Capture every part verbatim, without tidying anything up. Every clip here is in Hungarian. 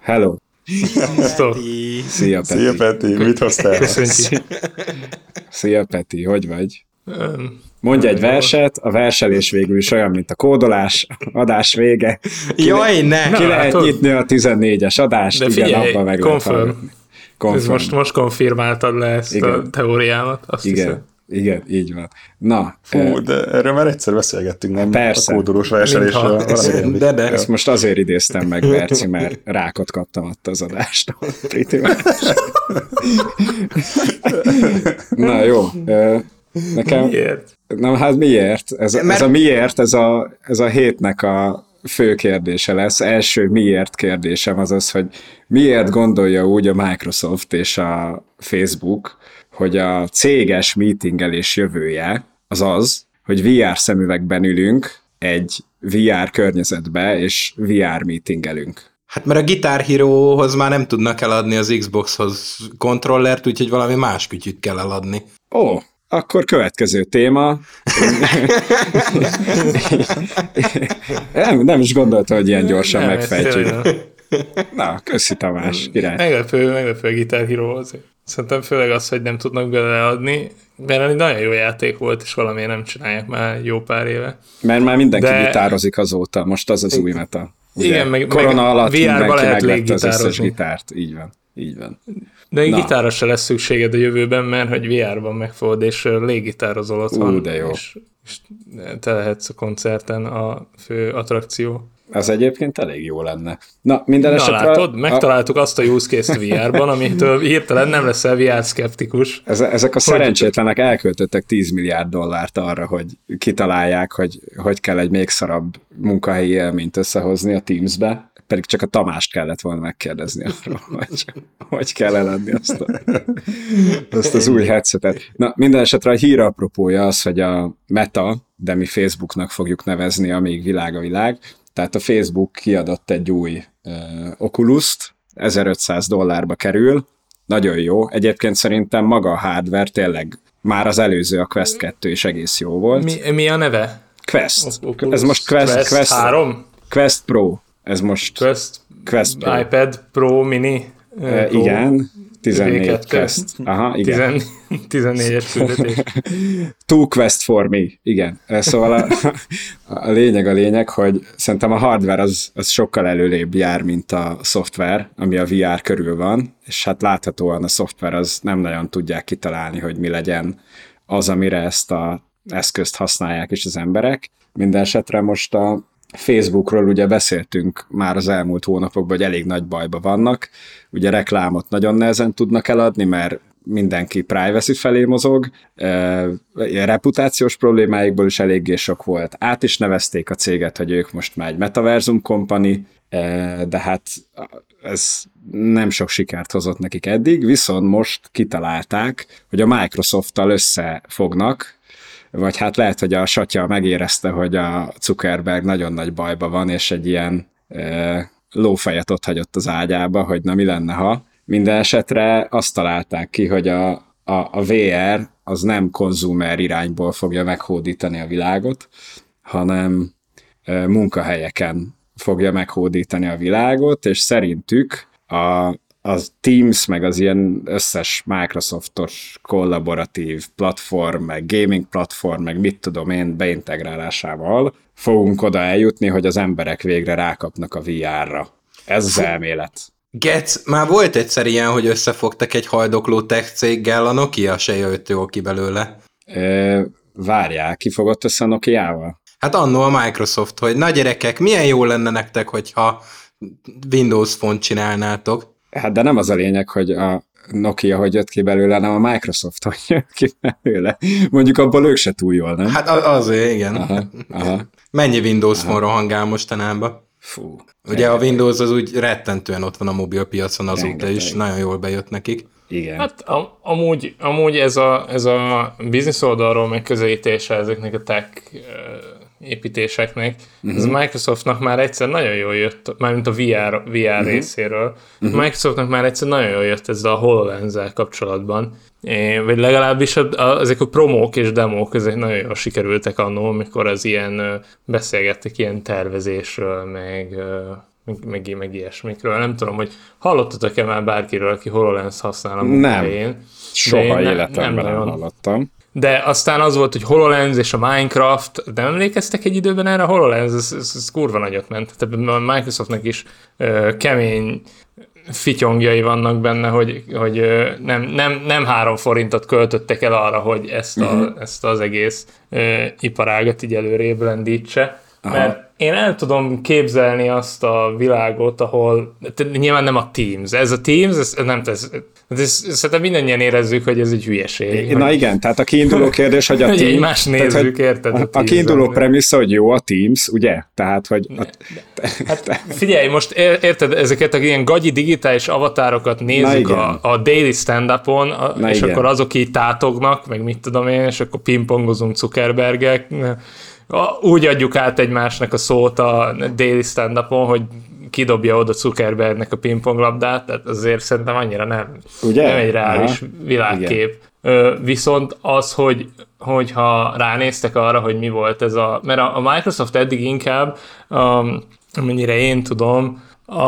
Hello! Peti. Szia, Peti! Szia, Peti! Mit hoztál? Köszönjük. Szia, Peti! Hogy vagy? Um, Mondj egy verset, a verselés végül is olyan, mint a kódolás, adás vége. Ki Jaj, ne! Ki Na, lehet látod? nyitni a tizennégyes adást, De igen, figyelj, abban meg confirm. lehet hallgatni. Ez most, most konfirmáltad le ezt Igen. a teóriámat, azt Igen, hiszem. igen, így van. Na, Fú, eh, de erről már egyszer beszélgettünk, nem? Persze. A kódolós verselésről. Mintha. valami rémlik. De, de. ezt most azért idéztem meg, Berci, mert rákot kaptam ott az adást. Pretty much. Na jó, eh, nekem... Miért? Na hát miért? Ez, Mert- ez a miért, ez a, ez a hétnek a fő kérdése lesz. Első miért kérdésem az az, hogy miért gondolja úgy a Microsoft és a Facebook, hogy a céges meetingelés jövője az az, hogy vé er szemüvegben ülünk egy vé er környezetbe, és vé er meetingelünk. Hát mert a Guitar Hero-hoz már nem tudnak eladni az Xboxhoz kontrollert, úgyhogy valami más kütyűt kell eladni. Ó, akkor következő téma. nem, nem is gondoltam, hogy ilyen gyorsan Nem, megfejtjük. ez tényleg Na, köszi Tamás, király. Meglepő, meglepő a Guitar Hero-hoz. Szerintem főleg az, hogy nem tudnak beleadni, mert egy nagyon jó játék volt, és valamiért nem csinálják már jó pár éve. Mert már mindenki De- gitározik azóta, most az az új meta. Ugye, Igen, meg- korona meg alatt vé er-ba mindenki lehet megvette az összes léggitározni. gitárt. Így van, így van. De egy Na. gitárra se lesz szükséged a jövőben, mert hogy vé er-ban megfogod, és léggitározol otthon. Ú, de jó. És, és te lehetsz a koncerten a fő attrakció. Az egyébként elég jó lenne. Na, minden Na esetre... látod, a- megtaláltuk azt a use case-t vé er-ban, amitől hirtelen nem leszel vé er szkeptikus. Eze- Ezek a szerencsétlenek elköltöttek tíz milliárd dollárt arra, hogy kitalálják, hogy hogy kell egy még szarabb munkahelyi élményt összehozni a Teams-be, pedig csak a Tamást kellett volna megkérdezni arról, hogy hogy kell eladni azt, a, azt az új headsetet. Na, minden esetre a hír apropója az, hogy a Meta, de mi Facebooknak fogjuk nevezni, amíg világ a világ, tehát a Facebook kiadott egy új uh, Oculus-t, ezerötszáz dollárba kerül, nagyon jó. Egyébként szerintem maga a hardware tényleg már az előző, a Quest kettő is egész jó volt. Mi, mi a neve? Quest. Oculus Ez most Quest, Quest, Quest, három? Quest Pro. Ez most Quest, Quest Pro. iPad Pro Mini. Uh, Pro. igen, tizennégy vé kettő. Quest. Aha, igen. Tizen, tizennégyes küldetés. Two Quest for me, igen. Szóval a, a lényeg a lényeg, hogy szerintem a hardware az, az sokkal előrébb jár, mint a szoftver, ami a vé er körül van, és hát láthatóan a szoftver az nem nagyon tudják kitalálni, hogy mi legyen az, amire ezt a eszközt használják is az emberek. Minden esetre most a Facebookról ugye beszéltünk már az elmúlt hónapokban, hogy elég nagy bajba vannak. Ugye reklámot nagyon nehezen tudnak eladni, mert mindenki privacy felé mozog, e, reputációs problémáikból is eléggé sok volt. Át is nevezték a céget, hogy ők most már egy metaverzum company, e, de hát ez nem sok sikert hozott nekik eddig, viszont most kitalálták, hogy a Microsofttal összefognak, vagy hát lehet, hogy a satya megérezte, hogy a Zuckerberg nagyon nagy bajba van, és egy ilyen e, lófejet ott hagyott az ágyába, hogy na mi lenne, ha. Minden esetre azt találták ki, hogy a, a, a vé er az nem konzumer irányból fogja meghódítani a világot, hanem e, munkahelyeken fogja meghódítani a világot, és szerintük a az Teams, meg az ilyen összes Microsoftos kollaboratív platform, meg gaming platform, meg mit tudom én beintegrálásával fogunk oda eljutni, hogy az emberek végre rákapnak a vé er-ra. Ez az elmélet. Gec, már volt egyszer ilyen, hogy összefogtak egy haldokló tech céggel, a Nokia se jött jól ki belőle. Ö, várjál, ki fogott össze a Nokiával? Hát annó a Microsoft, hogy na gyerekek, milyen jó lenne nektek, hogyha Windows Phone-t csinálnátok. Hát de nem az a lényeg, hogy a Nokia hogy jött ki belőle, hanem a Microsoft hogy jött ki belőle. Mondjuk abból ők se túl jól, nem? Hát azért, igen. Aha, aha. Mennyi Windows Phone rohangál mostanában? Fú. Ugye a Windows az úgy rettentően ott van a mobilpiacon azóta Rengeteg. is, nagyon jól bejött nekik. Igen. Hát am- amúgy, amúgy ez a, ez a business oldalról megközelítése ezeknek a tech uh, építéseknek, uh-huh. ez a Microsoftnak már egyszer nagyon jól jött, mármint a vé er, vé er uh-huh. részéről, uh-huh. a Microsoftnak már egyszer nagyon jól jött ez a HoloLens-zel kapcsolatban, é, vagy legalábbis a, a, ezek a promók és demók, ezek nagyon jól sikerültek annól, amikor az ilyen uh, beszélgettek ilyen tervezésről, meg uh, meg, meg, meg ilyesmikről. Nem tudom, hogy hallottatok-e már bárkiről, aki HoloLens használ a munkahelyén? Soha életemben nem, nem hallottam. De aztán az volt, hogy HoloLens és a Minecraft, nem emlékeztek egy időben erre a HoloLens? Ez, ez, ez kurva nagyot ment. Tehát a Microsoftnak is ö, kemény fityongjai vannak benne, hogy, hogy ö, nem, nem, nem három forintot költöttek el arra, hogy ezt, a, uh-huh. ezt az egész ö, iparágat így előrébb lendítse. Aha. Mert én el tudom képzelni azt a világot, ahol nyilván nem a Teams. Ez a Teams, ez nem ez, ez, ez, szerintem mindannyian érezzük, hogy ez egy hülyeség. Na hogy... igen, tehát a kiinduló kérdés, hogy a Teams... Hogy egymást nézzük, érted? A, a kiinduló premissza, hogy jó a Teams, ugye? Tehát, hogy... A... Hát figyelj, most érted, ezeket a ilyen gagyi digitális avatárokat nézzük a, a daily stand-upon, a, és igen. Akkor azok így tátognak, meg mit tudom én, és akkor pingpongozunk Zuckerbergek, úgy adjuk át egymásnak a szót a daily stand-upon, hogy kidobja oda Zuckerbergnek a pingponglabdát, tehát azért szerintem annyira nem, nem egy reális Aha. világkép. Ö, viszont az, hogy, hogyha ránéztek arra, hogy mi volt ez a... Mert a, a Microsoft eddig inkább, um, amennyire én tudom, a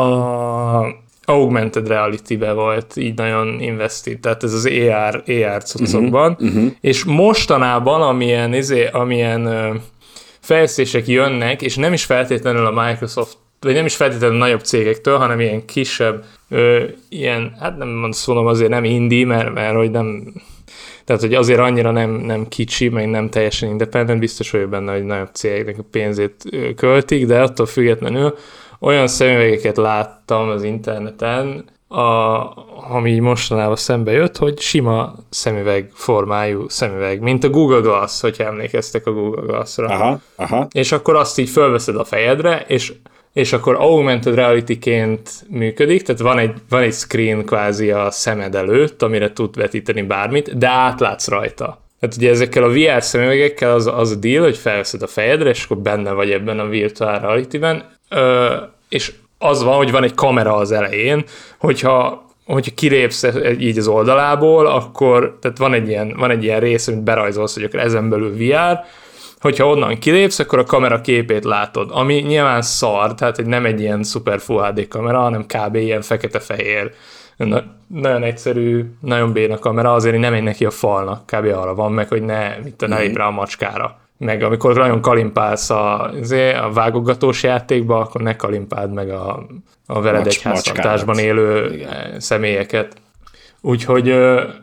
augmented reality-be volt így nagyon investív, tehát ez az á er, á er cuccokban, uh-huh, uh-huh. És mostanában, amilyen, izé, amilyen uh, fejlesztések jönnek, és nem is feltétlenül a Microsoft, vagy nem is feltétlenül nagyobb cégektől, hanem ilyen kisebb, ö, ilyen, hát nem mondom azért nem indie, mert, mert hogy nem, tehát hogy azért annyira nem, nem kicsi, meg nem teljesen independent, biztos vagyok benne, hogy nagyobb cégeknek a pénzét költik, de attól függetlenül olyan szemüvegeket láttam az interneten, a, ami így mostanában szembe jött, hogy sima szemüveg formájú szemüveg, mint a Google Glass, hogyha emlékeztek a Google Glassra. Aha, aha. És akkor azt így fölveszed a fejedre, és, és akkor augmented reality-ként működik, tehát van egy, van egy screen kvázi a szemed előtt, amire tud vetíteni bármit, de átlátsz rajta. Tehát ugye ezekkel a vé er szemüvegekkel az, az a deal, hogy felveszed a fejedre, és akkor benne vagy ebben a virtual reality-ben, Ö, és az van, hogy van egy kamera az elején, hogyha, hogyha kilépsz így az oldalából, akkor tehát van egy ilyen, van egy ilyen rész, amit berajzolsz, hogy akkor ezen belül vé er, hogyha onnan kilépsz, akkor a kamera képét látod, ami nyilván szar, tehát hogy nem egy ilyen szuper Full há dé kamera, hanem kb. Ilyen fekete-fehér, na, nagyon egyszerű, nagyon béna kamera, azért nem megy neki a falnak, kb. Arra van meg, hogy ne, mit ne lép rá a macskára. Meg amikor nagyon kalimpálsz a, a vágogatós játékba, akkor ne kalimpáld meg a, a veled egy háztartásban élő Igen. személyeket. Úgyhogy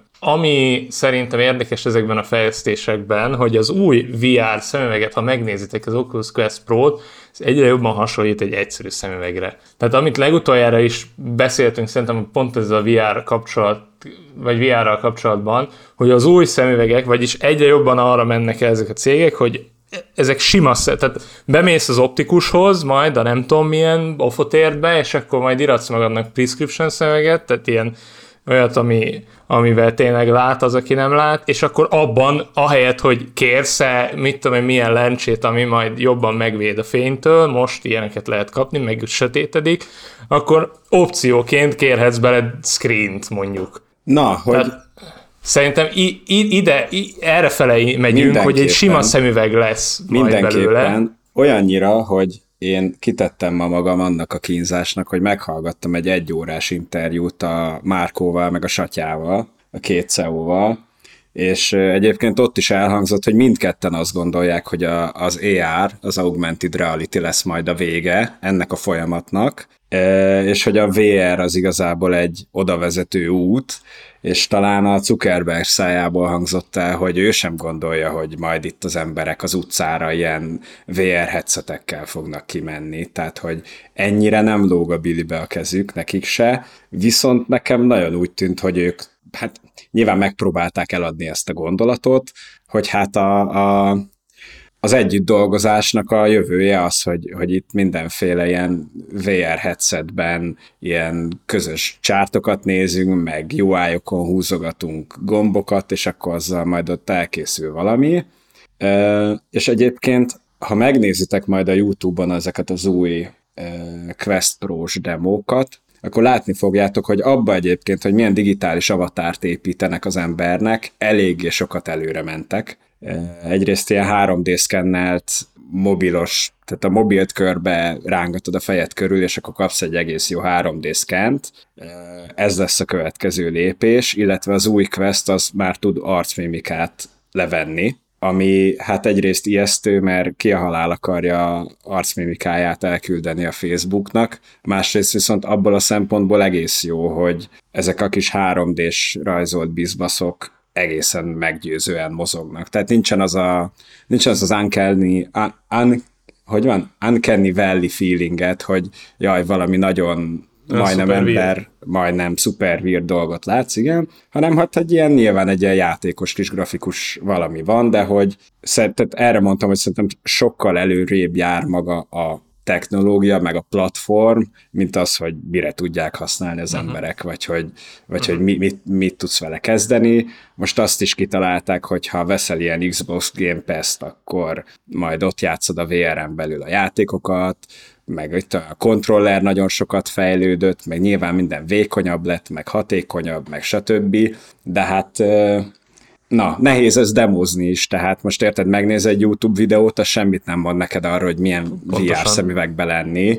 ami szerintem érdekes ezekben a fejlesztésekben, hogy az új vé er szemüveget, ha megnézitek az Oculus Quest Pro-t, ez egyre jobban hasonlít egy egyszerű szemüvegre. Tehát amit legutoljára is beszéltünk, szerintem pont ez a vé er kapcsolat, vagy vé er-rel kapcsolatban, hogy az új szemüvegek, vagyis egyre jobban arra mennek el ezek a cégek, hogy ezek sima, tehát bemész az optikushoz, majd a nem tudom milyen ofotértbe, és akkor majd iratsz magadnak prescription szemüveget, tehát ilyen olyat, ami, amivel tényleg lát az, aki nem lát, és akkor abban, ahelyett, hogy kérsz-e, mit tudom én, milyen lencsét, ami majd jobban megvéd a fénytől, most ilyeneket lehet kapni, meg sötétedik, akkor opcióként kérhetsz bele screent, mondjuk. Na, hogy... Tehát, szerintem i- i- ide, i- errefele megyünk, hogy egy sima szemüveg lesz majd belőle. Olyannyira, hogy én kitettem ma magam annak a kínzásnak, hogy meghallgattam egy egyórás interjút a Márkóval, meg a Satyával, a két cé e ó-val, és egyébként ott is elhangzott, hogy mindketten azt gondolják, hogy a, az á er, az Augmented Reality lesz majd a vége ennek a folyamatnak, és hogy a vé er az igazából egy odavezető út, és talán a Zuckerberg szájából hangzott el, hogy ő sem gondolja, hogy majd itt az emberek az utcára ilyen vé er headsetekkel fognak kimenni, tehát hogy ennyire nem lóg a bilibe a kezük, nekik se, viszont nekem nagyon úgy tűnt, hogy ők hát nyilván megpróbálták eladni ezt a gondolatot, hogy hát a, a az együtt dolgozásnak a jövője az, hogy, hogy itt mindenféle ilyen vé er headsetben ilyen közös csártokat nézünk, meg u i-okon húzogatunk gombokat, és akkor azzal majd ott elkészül valami. És egyébként, ha megnézitek majd a YouTube-on ezeket az új Quest Pro-s demókat, akkor látni fogjátok, hogy abba egyébként, hogy milyen digitális avatárt építenek az embernek, eléggé sokat előre mentek. Egyrészt ilyen három dé szkennelt mobilos, tehát a mobilt körbe rángatod a fejed körül, és akkor kapsz egy egész jó három dé szkent. Ez lesz a következő lépés, illetve az új Quest az már tud arcmimikát levenni, ami hát egyrészt ijesztő, mert ki a halál akarja arcmimikáját elküldeni a Facebooknak, másrészt viszont abból a szempontból egész jó, hogy ezek a kis három dés rajzolt bizbaszok egészen meggyőzően mozognak. Tehát nincsen az a, nincsen az, az uncanny, un, un, hogy van? Uncanny valley feelinget, hogy jaj, valami nagyon a majdnem ember, weird. majdnem szuper weird dolgot látsz, igen, hanem hát egy ilyen, nyilván egy ilyen játékos kis grafikus valami van, de hogy tehát erre mondtam, hogy szerintem sokkal előrébb jár maga a technológia, meg a platform, mint az, hogy mire tudják használni az uh-huh. emberek, vagy hogy, vagy uh-huh. hogy mi, mit, mit tudsz vele kezdeni. Most azt is kitalálták, hogy ha veszel ilyen Xbox Game Pass-t, akkor majd ott játszod a vé er-en belül a játékokat, meg itt a kontroller nagyon sokat fejlődött, meg nyilván minden vékonyabb lett, meg hatékonyabb, meg stb. De hát na, nehéz ez demozni is, tehát most érted, megnéz egy YouTube videót, az semmit nem mond neked arra, hogy milyen Pontosan. vé er szemüvegbe lenni.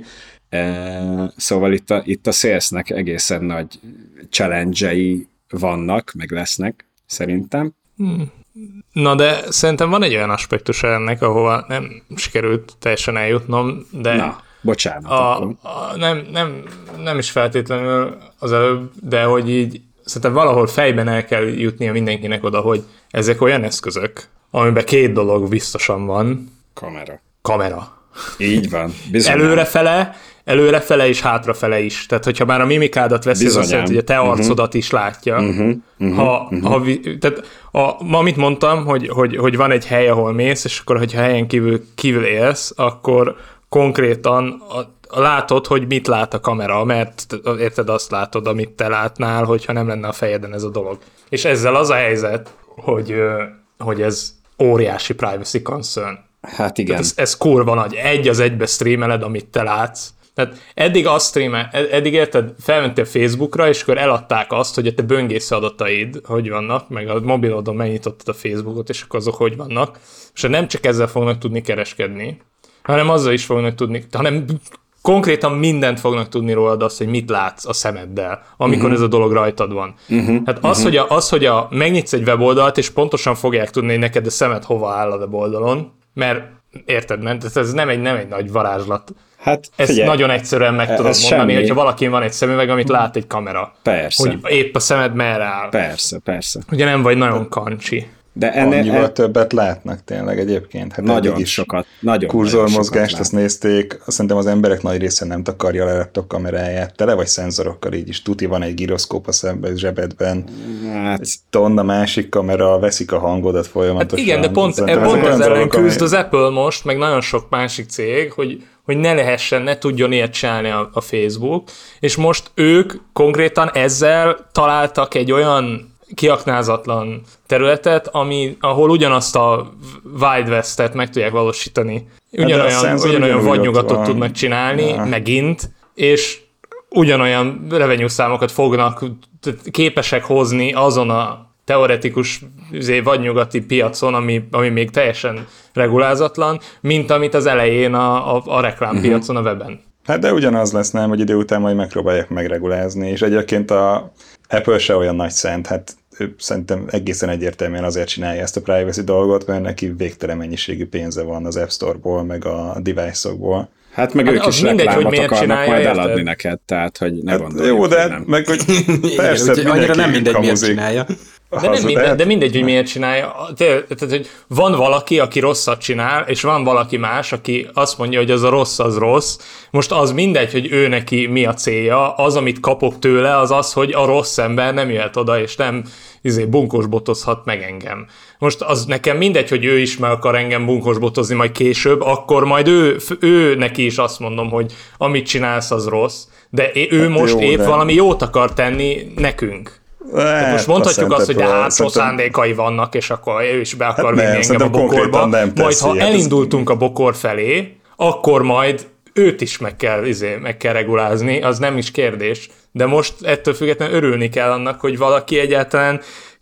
Szóval itt a, itt a Salesnek egészen nagy challenge-ei vannak, meg lesznek, szerintem. Hmm. Na de szerintem van egy olyan aspektus ennek, ahova nem sikerült teljesen eljutnom, de Na, bocsánat. A, a, nem, nem, nem is feltétlenül az előbb, de hogy így szerintem valahol fejben el kell jutnia mindenkinek oda, hogy ezek olyan eszközök, amiben két dolog biztosan van. Kamera. Kamera. Így van. Bizony. Előrefele, előrefele és hátrafele is. Tehát, hogyha már a mimikádat veszi, az azt jelenti, hogy a te arcodat uh-huh. is látja. Uh-huh. Uh-huh. Ha, uh-huh. ha, tehát a, amit mondtam, hogy, hogy, hogy van egy hely, ahol mész, és akkor, hogyha helyen kívül, kívül élsz, akkor konkrétan a, a látod, hogy mit lát a kamera, mert érted, azt látod, amit te látnál, hogyha nem lenne a fejeden ez a dolog. És ezzel az a helyzet, hogy, hogy ez óriási privacy concern. Hát igen. Ez, ez kurva nagy. Egy az egybe streameled, amit te látsz. Tehát eddig azt streamel, eddig érted, felmentél Facebookra, és akkor eladták azt, hogy a te böngésző adataid hogy vannak, meg a mobilodon megnyitottad a Facebookot, és akkor azok hogy vannak. És nem csak ezzel fognak tudni kereskedni, hanem azzal is fognak tudni, hanem konkrétan mindent fognak tudni rólad azt, hogy mit látsz a szemeddel, amikor uh-huh. ez a dolog rajtad van. Uh-huh. Hát az, uh-huh. hogy, a, az, hogy a, megnyitsz egy weboldalt, és pontosan fogják tudni, hogy neked a szemed hova áll a weboldalon, mert érted, mert ez nem egy, nem egy nagy varázslat. Hát, ezt figyelj, nagyon egyszerűen meg tudod mondani, semmi. Hogyha valakin van egy szemüveg, amit lát egy kamera. Persze. Hogy épp a szemed merre áll. Persze, persze. Ugye nem vagy nagyon kancsi. De ennél annyival en... többet látnak tényleg egyébként. Hát nagyon is sokat. Nagyon kurzormozgást azt nézték, azt szerintem az emberek nagy része nem takarja le a laptop kameráját, tele vagy szenzorokkal, így is tuti van egy giroszkóp a szemben, zsebedben, hát... egy tonna másik kamera, veszik a hangodat folyamatosan. Hát igen, de pont, e, pont ezzel ellen küzd az Apple most, meg nagyon sok másik cég, hogy hogy ne lehessen, ne tudjon ilyet csinálni a, a Facebook, és most ők konkrétan ezzel találtak egy olyan kiaknázatlan területet, ami, ahol ugyanazt a Wild West-et meg tudják valósítani. Ugyanolyan, ugyanolyan vadnyugatot tudnak csinálni, ja. megint, és ugyanolyan revenue számokat fognak, képesek hozni azon a teoretikus vadnyugati piacon, ami, ami még teljesen regulázatlan, mint amit az elején a, a, a reklámpiacon a weben. Hát de ugyanaz lesz, nem, hogy idő után majd megpróbálják megregulázni, és egyébként a Apple se olyan nagy szent, hát ő szerintem egészen egyértelműen azért csinálja ezt a privacy dolgot, mert neki végtelen mennyiségű pénze van az App Store-ból, meg a device-okból. Hát meg hát ők is mindegy, reklámot akarnak csinálja, majd érted? Eladni neked, tehát hogy ne hát gondoljuk, jó, de nem. Meg, hogy persze, igen, annyira nem mindegy, miért csinálja. De, nem mindegy, de mindegy, hogy miért csinálja. Tehát, hogy van valaki, aki rosszat csinál, és van valaki más, aki azt mondja, hogy az a rossz, az rossz. Most az mindegy, hogy ő neki mi a célja. Az, amit kapok tőle, az az, hogy a rossz ember nem jöhet oda, és nem izé, bunkosbotozhat meg engem. Most az nekem mindegy, hogy ő is meg akar engem bunkosbotozni majd később, akkor majd ő, ő neki is azt mondom, hogy amit csinálsz, az rossz. De ő hát most jó, épp de... valami jót akar tenni nekünk. Hát, most mondhatjuk azt, hogy de hát rossz szándékai vannak, és akkor ő is be akar hát vinni engem a bokorba. Majd ha elindultunk a bokor felé, akkor majd őt is meg kell, izé, meg kell regulázni, az nem is kérdés. De most ettől függetlenül örülni kell annak, hogy valaki egyáltalán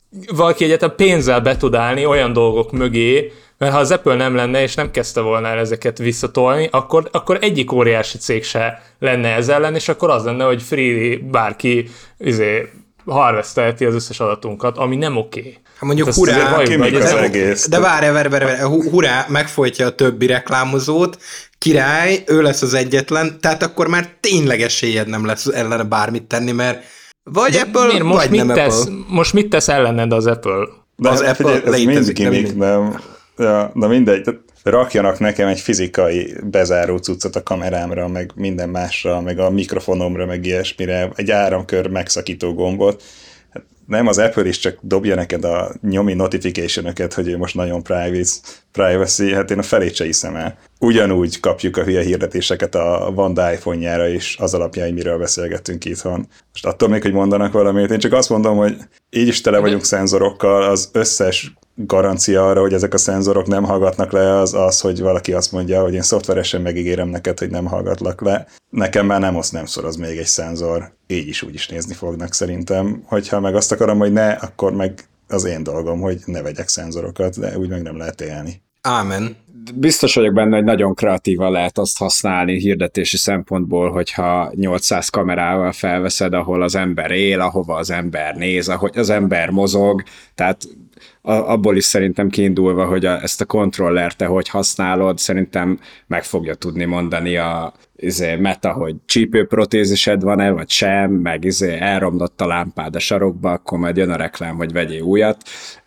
valaki egyetem pénzzel be tud állni olyan dolgok mögé, mert ha az Apple nem lenne, és nem kezdte volna el ezeket visszatolni, akkor, akkor egyik óriási cég se lenne ez ellen, és akkor az lenne, hogy freely bárki izé, harvesztelheti az összes adatunkat, ami nem oké. Okay. Hát mondjuk hát hurrá, ki még az egész. De várj, várj, várj, várj, hurrá, megfojtja a többi reklámozót, király, ő lesz az egyetlen, tehát akkor már tényleg esélyed nem lesz ellene bármit tenni, mert vagy de Apple, miért? Most vagy mit nem tesz, Apple. Most mit tesz ellened az Apple? De az ez, Apple ez mind gimmick, nem? Ja, na mindegy, rakjanak nekem egy fizikai bezáró cuccot a kamerámra, meg minden másra, meg a mikrofonomra, meg ilyesmire, egy áramkör megszakító gombot. Hát nem, az Apple is csak dobja neked a nyomi notification-öket, hogy ő most nagyon privacy, hát én a felét se hiszem el. Ugyanúgy kapjuk a hülye hirdetéseket a Vanda iPhone-jára is, az alapján, hogy miről beszélgettünk itthon. Most attól még, hogy mondanak valamit, én csak azt mondom, hogy így is tele vagyunk szenzorokkal, az összes garancia arra, hogy ezek a szenzorok nem hallgatnak le, az az, hogy valaki azt mondja, hogy én szoftveresen megígérem neked, hogy nem hallgatlak le. Nekem már nem osz nem szoroz még egy szenzor. Így is úgy is nézni fognak szerintem. Hogyha meg azt akarom, hogy ne, akkor meg az én dolgom, hogy ne vegyek szenzorokat, de úgy meg nem lehet élni. Ámen. Biztos vagyok benne, hogy nagyon kreatívan lehet azt használni hirdetési szempontból, hogyha nyolcszáz kamerával felveszed, ahol az ember él, ahova az ember néz, ahogy az ember mozog, tehát abból is szerintem kiindulva, hogy a, ezt a kontrollert te hogy használod, szerintem meg fogja tudni mondani a izé, Meta, hogy csípőprotézised van-e, vagy sem, meg izé, elromlott a lámpád a sarokba, akkor majd jön a reklám, hogy vegyél újat.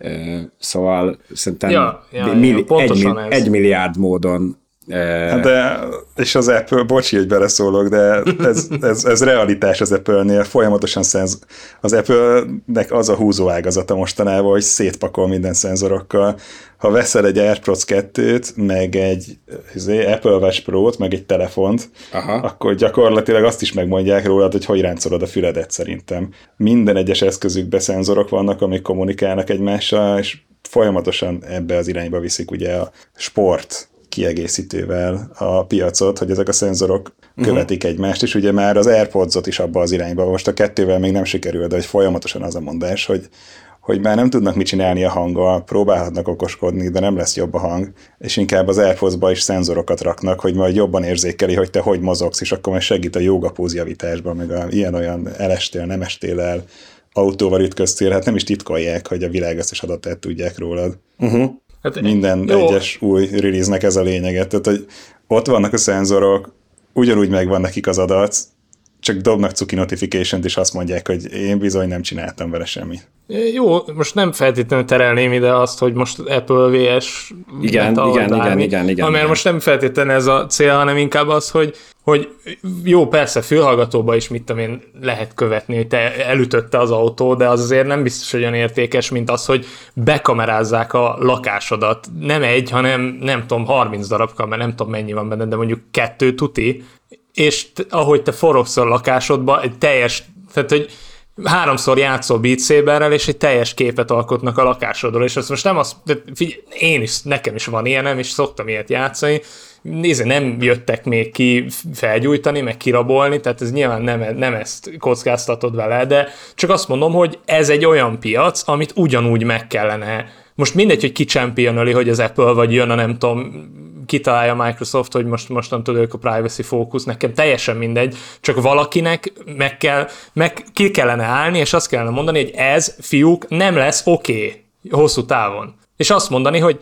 Szóval szerintem ja, ja, milli- ja, egy, egy milliárd módon. Hát de, és az Apple, bocsi, hogy beleszólok, de ez, ez, ez realitás az Apple-nél, folyamatosan szenz, az Apple-nek az a húzóágazata mostanában, hogy szétpakol minden szenzorokkal. Ha veszel egy AirPods kettőt, meg egy Apple Watch Pro-t, meg egy telefont, aha, akkor gyakorlatilag azt is megmondják rólad, hogy hogy ráncolod a füledet szerintem. Minden egyes eszközükben szenzorok vannak, amik kommunikálnak egymással, és folyamatosan ebbe az irányba viszik ugye a sport kiegészítővel a piacot, hogy ezek a szenzorok követik uh-huh. egymást, és ugye már az AirPods-ot is abba az irányba. Most a kettővel még nem sikerül, de hogy folyamatosan az a mondás, hogy, hogy már nem tudnak mit csinálni a hanggal, próbálhatnak okoskodni, de nem lesz jobb a hang, és inkább az AirPods-ba is szenzorokat raknak, hogy majd jobban érzékeli, hogy te hogy mozogsz, és akkor majd segít a jogapóz javításban, meg a ilyen-olyan elestél, nem estél el, autóval ütköztél, hát nem is titkolják, hogy a világ összes adatát tudják rólad. Uh-huh. Hát minden jó. Egyes új release-nek ez a lényeget. Tehát, hogy ott vannak a szenzorok, ugyanúgy megvan nekik az adat, csak dobnak cuki notification-t, és azt mondják, hogy én bizony nem csináltam vele semmit. Jó, most nem feltétlenül terelném ide azt, hogy most Apple versus igen, Meta, igen, igen, igen, igen, igen. Mert most nem feltétlenül ez a cél, hanem inkább az, hogy, hogy jó, persze fülhallgatóba is mit tudom én lehet követni, hogy te elütötte az autó, de az azért nem biztos, hogy olyan értékes, mint az, hogy bekamerázzák a lakásodat. Nem egy, hanem nem tudom, harminc darab kamera, nem tudom mennyi van benne, de mondjuk kettő tuti, és t- ahogy te forogsz a lakásodba, egy teljes, tehát hogy háromszor játszol Beat Saberrel, és egy teljes képet alkotnak a lakásodról, és azt most nem azt, figyelj, én is, nekem is van ilyenem, és szoktam ilyet játszani, nézd, nem jöttek még ki felgyújtani, meg kirabolni, tehát ez nyilván nem, nem ezt kockáztatod vele, de csak azt mondom, hogy ez egy olyan piac, amit ugyanúgy meg kellene. Most mindegy, hogy ki championöli, hogy az Apple, vagy jön a nem tudom, kitalálja a Microsoft, hogy most mostantól ők a privacy fókusz, nekem teljesen mindegy, csak valakinek meg kell, meg ki kellene állni, és azt kellene mondani, hogy ez, fiúk, nem lesz oké okay, hosszú távon. És azt mondani, hogy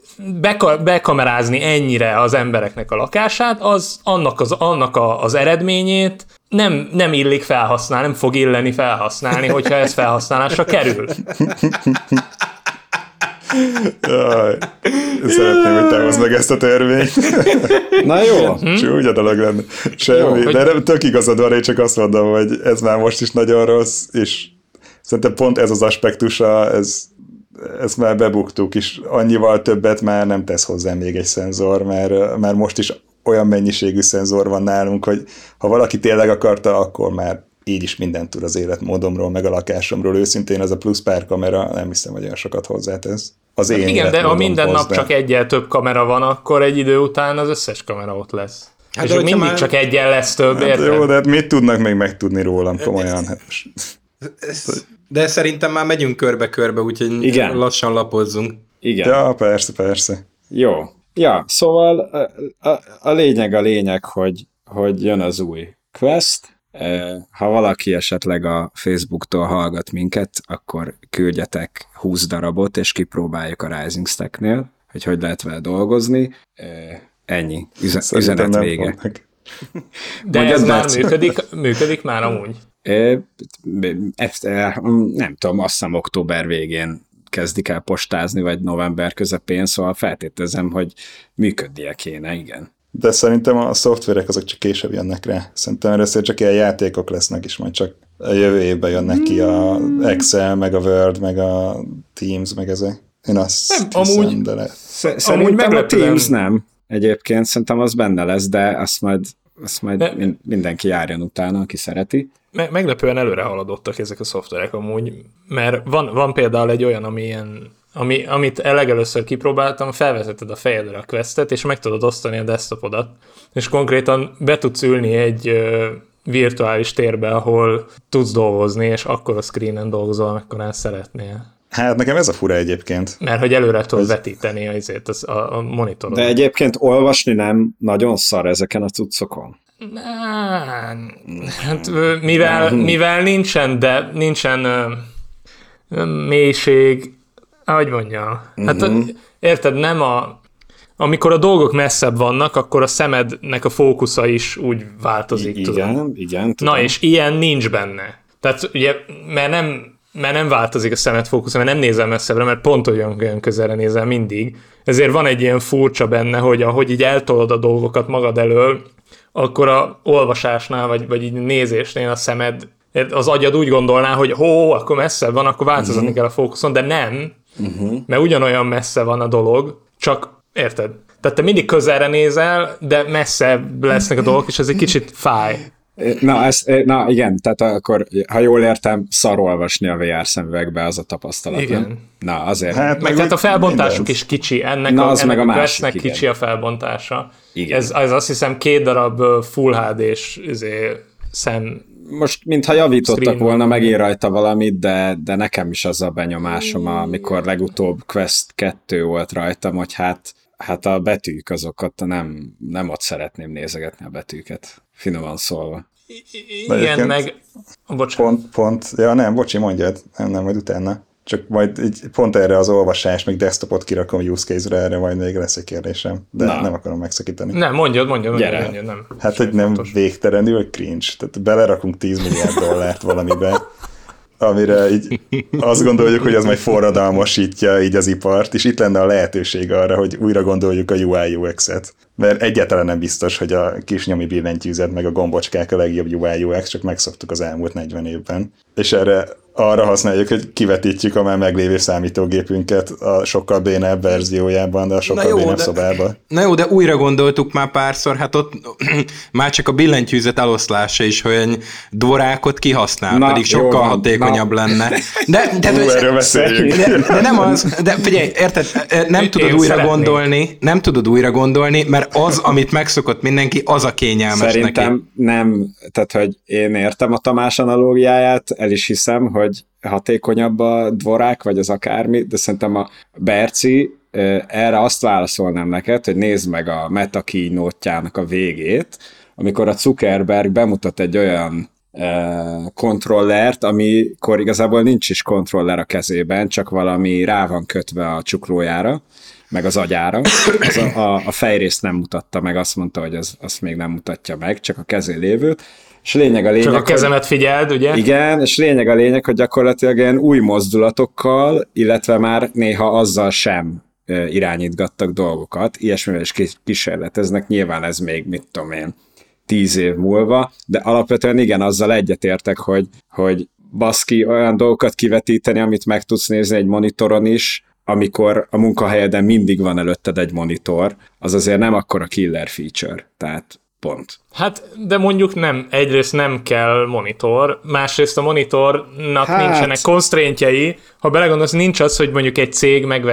beka- bekamerázni ennyire az embereknek a lakását, az annak az, annak a, az eredményét nem, nem illik felhasználni, nem fog illeni felhasználni, hogyha ez felhasználásra kerül. Jaj, szeretném, hogy te hozd meg ezt a törvényt. Na jó. Csúnya dolog lenne. Semmi, jó, de nem, tök igazad van, én csak azt mondom, hogy ez már most is nagyon rossz, és szerintem pont ez az aspektusa, ez, ezt már bebuktuk, és annyival többet már nem tesz hozzá még egy szenzor, mert már most is olyan mennyiségű szenzor van nálunk, hogy ha valaki tényleg akarta, akkor már így is mindent tud az életmódomról, meg a lakásomról. Őszintén ez a plusz pár kamera, nem hiszem, hogy olyan sokat hozzátesz. Az én igen, de ha minden nap de... csak egyel több kamera van, akkor egy idő után az összes kamera ott lesz. Hát és mindig már... csak egyen lesz több, hát érted? Jó, de hát mit tudnak még megtudni rólam komolyan? Hát, De szerintem már megyünk körbe-körbe, úgyhogy Igen. lassan lapozzunk. Igen. Ja, persze, persze. Jó. Ja, szóval a, a, a lényeg a lényeg, hogy, hogy jön az új Quest. Ha valaki esetleg a Facebooktól hallgat minket, akkor küldjetek húsz darabot, és kipróbáljuk a Rising Stack-nél, hogy hogy lehet vele dolgozni. Ennyi. Üze- üzenet vége. Fognak. De Mondjad, ez már Berci. működik, működik már amúgy. Ezt, nem tudom, azt hiszem október végén kezdik el postázni, vagy november közepén, szóval feltételezem, hogy működnie kéne, igen. De szerintem a szoftverek azok csak később jönnek rá. Szerintem először csak ilyen játékok lesznek, és majd csak a jövő évben jönnek ki a Excel, meg a Word, meg a Teams, meg ezek. Én azt Nem, hiszem, amúgy- de le... Szerintem a meglepően- Teams nem. Egyébként szerintem az benne lesz, de azt majd, azt majd De- min- mindenki járjon utána, aki szereti. Me- meglepően előre haladottak ezek a szoftverek amúgy, mert van, van például egy olyan, ami ilyen, ami, amit legelőször kipróbáltam, felvezeted a fejedre a Questet, és meg tudod osztani a desktopodat, és konkrétan be tudsz ülni egy ö, virtuális térbe, ahol tudsz dolgozni, és akkor a screenen dolgozol, amekkorán szeretnél. Hát nekem ez a fura egyébként. Mert hogy előre tudod vetíteni azért az, a, a monitoron. De egyébként olvasni nem nagyon szar ezeken a cuccokon. Hát, ö, mivel, mivel nincsen, de nincsen ö, ö, mélység, ahogy mondja. Hát uh-huh. érted, nem a... Amikor a dolgok messzebb vannak, akkor a szemednek a fókusza is úgy változik, I- tudom. igen, igen. Tudom. Na, és ilyen nincs benne. Tehát ugye, mert nem, mert nem változik a szemed fókusza, mert nem nézel messzebbre, mert pont olyan, olyan közelre nézel mindig. Ezért van egy ilyen furcsa benne, hogy ahogy így eltolod a dolgokat magad elől, akkor a olvasásnál, vagy, vagy így nézésnél a szemed, az agyad úgy gondolná, hogy hó, akkor messzebb van, akkor változni uh-huh. kell a fókuszon, de nem, uh-huh. mert ugyanolyan messze van a dolog, csak érted? Tehát te mindig közelre nézel, de messzebb lesznek a dolgok, és ez egy kicsit fáj. Na, ez, na igen, tehát akkor, ha jól értem, szar olvasni a vé er szemüvegbe, az a tapasztalat. Igen. Nem? Na, azért. Hát Meg tehát a felbontásuk is kicsi, ennek Na, a, az ennek meg a a másik, Questnek igen. kicsi a felbontása. Igen. Ez, ez azt hiszem két darab ö, Full há dés izé, szem. Most, mintha javítottak Screen volna van. megint rajta valamit, de, de nekem is az a benyomásom, amikor legutóbb Quest kettő volt rajtam, hogy hát, hát a betűk azokat nem, nem ott szeretném nézegetni a betűket, finoman szólva. Igen, egyébként meg... Oh, bocsánat. Pont, pont, ja nem, bocsi, mondjad, nem, nem, majd utána. Csak majd így pont erre az olvasás, meg desktopot kirakom use case-re, erre majd még lesz egy kérdésem, de Na. nem akarom megszakítani. Nem, mondjad, mondjad, Gyere. mondjad, mondjad, nem. Hát, hogy nem végtelenül cringe. Tehát belerakunk tíz milliárd dollárt valamibe, amire így azt gondoljuk, hogy az majd forradalmasítja így az ipart, és itt lenne a lehetőség arra, hogy újra gondoljuk a u i u x-et. Mert egyáltalán nem biztos, hogy a kis nyomi billentyűzet meg a gombocskák a legjobb u i u x, csak megszoktuk az elmúlt negyven évben. És erre arra használjuk, hogy kivetítjük a már meglévő számítógépünket a sokkal bénebb verziójában, de a sokkal jó, bénebb de- szobában. Na jó, de újra gondoltuk már párszor, hát ott már csak a billentyűzet eloszlása is, hogy dvorákot kihasznál, Na, pedig jó sokkal van, hatékonyabb na. lenne. De, de, Hú, erről beszéljünk. de, de nem az, de figyelj, érted, nem Én tudod újra szeretnék. gondolni, nem tudod újra gondolni, mert az, amit megszokott mindenki, az a kényelmes Szerintem neki. nem, tehát hogy én értem a Tamás analógiáját, el is hiszem, hogy hatékonyabb a dvorák, vagy az akármi, de szerintem a Berci, ö, erre azt válaszolnám neked, hogy nézd meg a Meta keynote-jának a végét, amikor a Zuckerberg bemutat egy olyan ö, kontrollert, amikor igazából nincs is kontroller a kezében, csak valami rá van kötve a csuklójára, meg az agyára. Az a, a, a fejrészt nem mutatta meg, azt mondta, hogy az, azt még nem mutatja meg, csak a kezé lévőt. És lényeg a lényeg, Csak a hogy- kezemet figyeld, ugye? igen, és lényeg a lényeg, hogy gyakorlatilag ilyen új mozdulatokkal, illetve már néha azzal sem ö, irányítgattak dolgokat, ilyesmivel is kis- kísérleteznek, nyilván ez még, mit tudom én, tíz év múlva, de alapvetően igen, azzal egyetértek, hogy, hogy baszki olyan dolgokat kivetíteni, amit meg tudsz nézni egy monitoron is, amikor a munkahelyeden mindig van előtted egy monitor, az azért nem akkora killer feature, tehát pont. Hát, de mondjuk nem, egyrészt nem kell monitor, másrészt a monitornak Hát- nincsenek constraintjei. Ha belegondolsz, nincs az, hogy mondjuk egy cég megvesz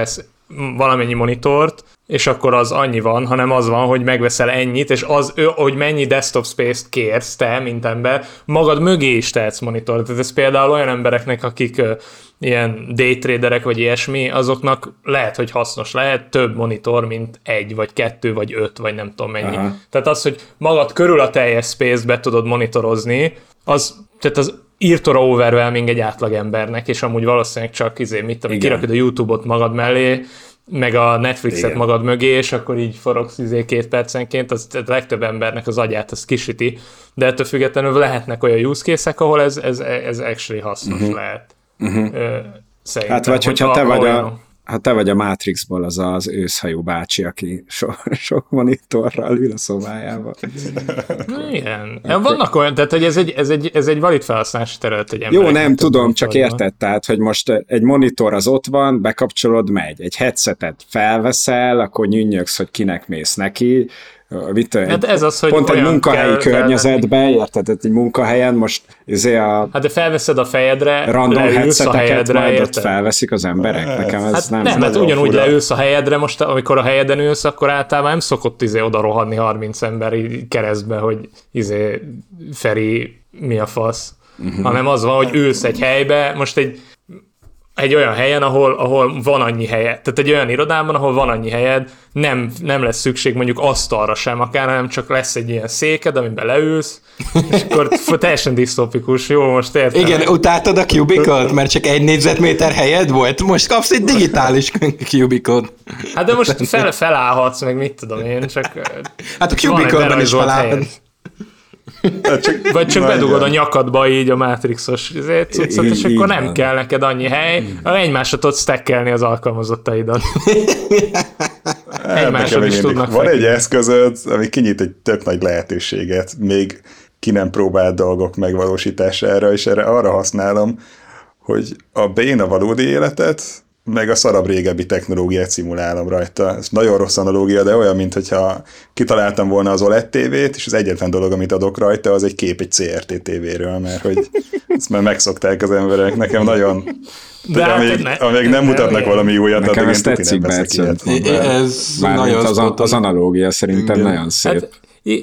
valamennyi monitort, és akkor az annyi van, hanem az van, hogy megveszel ennyit, és az, hogy mennyi desktop space-t kérsz te, mint ember, magad mögé is tehetsz monitort. Tehát ez például olyan embereknek, akik uh, ilyen daytraderek, vagy ilyesmi, azoknak lehet, hogy hasznos lehet több monitor, mint egy, vagy kettő, vagy öt, vagy nem tudom mennyi. Aha. Tehát az, hogy magad körül a teljes space-t be tudod monitorozni, az, tehát az írtóra overwhelming egy átlagembernek, és amúgy valószínűleg csak izé, mit tudom, kirakod a YouTube-ot magad mellé, meg a Netflixet igen. magad mögé, és akkor így forogsz izé két percenként, az a legtöbb embernek az agyát az kisüti, de ettől függetlenül lehetnek olyan use case-ek, ahol ez, ez, ez actually hasznos uh-huh. lehet. Uh-huh. Ö, szerintem. Hát vagy hogyha te vagy a, ha te vagy a Matrixból az az őszhajú bácsi, aki so, sok monitorral ül a szobájában. Igen. Akkor... Vannak olyan, tehát hogy ez egy, ez egy, ez egy valid felhasználási terület egy emberek. Jó, nem tudom, csak érted, tehát, hogy most egy monitor az ott van, bekapcsolod, megy. Egy headsetet felveszel, akkor nyűnyögsz, hogy kinek mész neki. Mit, hát ez az, hogy pont egy munkahelyi környezetben, érted? Egy munkahelyen most izé a hát de felveszed a fejedre, random leülsz a helyedre, majd ott felveszik az emberek. Nekem ez hát nem... Nem, mert ugyanúgy fura. Leülsz a helyedre, most amikor a helyeden ülsz, akkor általában nem szokott izé oda rohanni harminc ember keresztbe, hogy izé Feri, mi a fasz. Uh-huh. Hanem az van, hogy ülsz egy helybe, most egy egy olyan helyen, ahol, ahol van annyi helyed. Tehát egy olyan irodában, ahol van annyi helyed, nem, nem lesz szükség mondjuk asztalra sem akár, hanem csak lesz egy ilyen széked, amiben leülsz, és akkor teljesen disztópikus. Jó, most értem. Igen, utáltad a cubicle-t, mert csak egy négyzetméter helyed volt? Most kapsz egy digitális cubicle-t. Hát de most fel, felállhatsz, meg mit tudom én, csak hát a cubicle-ben is felállhatsz. Csak vagy csak bedugod a nyakadba így a Matrixos cuccot, és akkor nem kell neked annyi hely, egymásra tudsz stackelni az alkalmazottaidat. Egymásra is tudnak van egy eszközöd, ami kinyit egy tök nagy lehetőséget, még ki nem próbált dolgok megvalósítására, és erre arra használom, hogy a béna valódi életet, meg a szarabb régebbi technológiát szimulálom rajta. Ez nagyon rossz analógia, de olyan, mintha kitaláltam volna az o el e dé tévét, és az egyetlen dolog, amit adok rajta, az egy kép egy cé er té tévéről, mert hogy ezt már megszokták az emberek. Nekem nagyon... De hát amíg, ne, amíg nem mutatnak ne, valami újat, nekem ez tetszik, Bercet. Ez nagyon az, az analógia szerintem igen. Nagyon szép. Hát,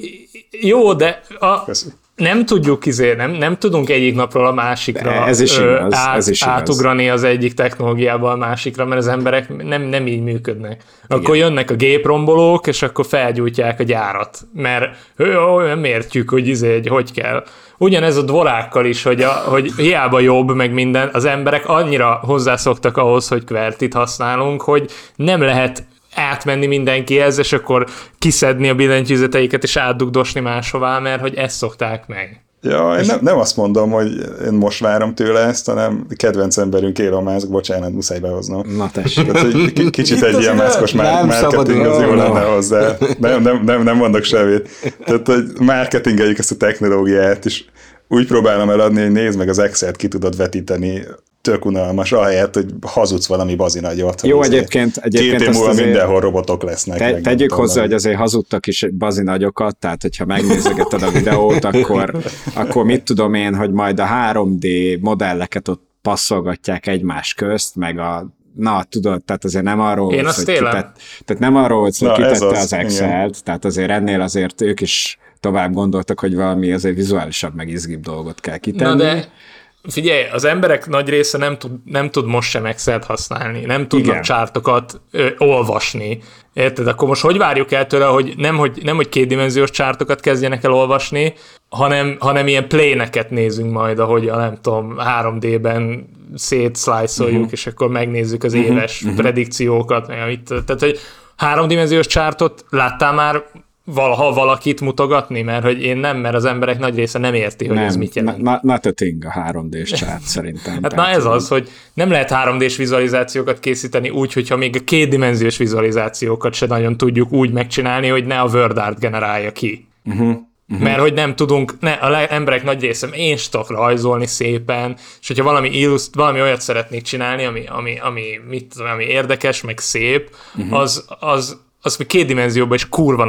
jó, de a... nem tudjuk izé, nem, nem tudunk egyik napról a másikra ez is ö, igaz, át, ez is átugrani az egyik technológiába a másikra, mert az emberek nem, nem így működnek. Akkor igen. Jönnek a géprombolók, és akkor felgyújtják a gyárat, mert jó, nem értjük, hogy izé, hogy kell. Ugyanez a dvorákkal is, hogy, a, hogy hiába jobb, meg minden, az emberek annyira hozzászoktak ahhoz, hogy kvertit használunk, hogy nem lehet átmenni mindenkihez, és akkor kiszedni a billentyűzeteiket, és átdugdosni máshová, mert hogy ezt szokták meg. Ja, én nem, nem azt mondom, hogy én most várom tőle ezt, hanem kedvenc emberünk Elon Musk, bocsánat, muszáj behoznom. Na tessék. Tehát, hogy kicsit egy ilyen maszkos marketing az jó lenne hozzá. Nem, nem, nem, nem mondok semmit. Tehát, hogy marketingeljük ezt a technológiát, és úgy próbálom eladni, hogy nézd meg az Excel-t, ki tudod vetíteni, tök unalmas, ahelyett, hogy hazudsz valami bazinagyot. Jó, egyébként, egyébként két év múlva mindenhol robotok lesznek. Te, tegyük hozzá, hogy azért hazudtak is bazinagyokat, tehát hogyha megnézegeted a videót, akkor, akkor mit tudom én, hogy majd a három dé modelleket ott passzolgatják egymás közt, meg a na, tudod, tehát azért nem arról volt, hogy kitett, tehát nem arról volt, hogy kitette az, az Excel-t, tehát azért ennél azért ők is tovább gondoltak, hogy valami azért vizuálisabb, meg izgibb dolgot kell kitenni. Na de figyelj, az emberek nagy része nem tud, nem tud most sem Excel-t használni, nem tudnak csártokat ö, olvasni. Érted? Akkor most hogy várjuk el tőle, hogy nem, hogy, nem, hogy kétdimenziós csártokat kezdjenek el olvasni, hanem, hanem ilyen pléneket nézünk majd, ahogy a nem tudom, három dében szétszlájszoljuk, uh-huh. és akkor megnézzük az éves uh-huh. predikciókat. Amit, tehát, hogy háromdimenziós csártot láttál már valaha valakit mutogatni, mert hogy én nem, mert az emberek nagy része nem érti, hogy nem, ez mit jelent. Not, not a thing a három dés csárt szerintem. Hát na ez az, hogy nem lehet három dés vizualizációkat készíteni úgy, hogyha még a kétdimenziós vizualizációkat se nagyon tudjuk úgy megcsinálni, hogy ne a WordArt generálja ki. Uh-huh. Uh-huh. Mert hogy nem tudunk, ne, a emberek nagy része, én is tudok rajzolni szépen, és hogyha valami, illuszt, valami olyat szeretnék csinálni, ami, ami, ami, mit, ami érdekes, meg szép, uh-huh. az, az, az még két dimenzióban is kurva nagy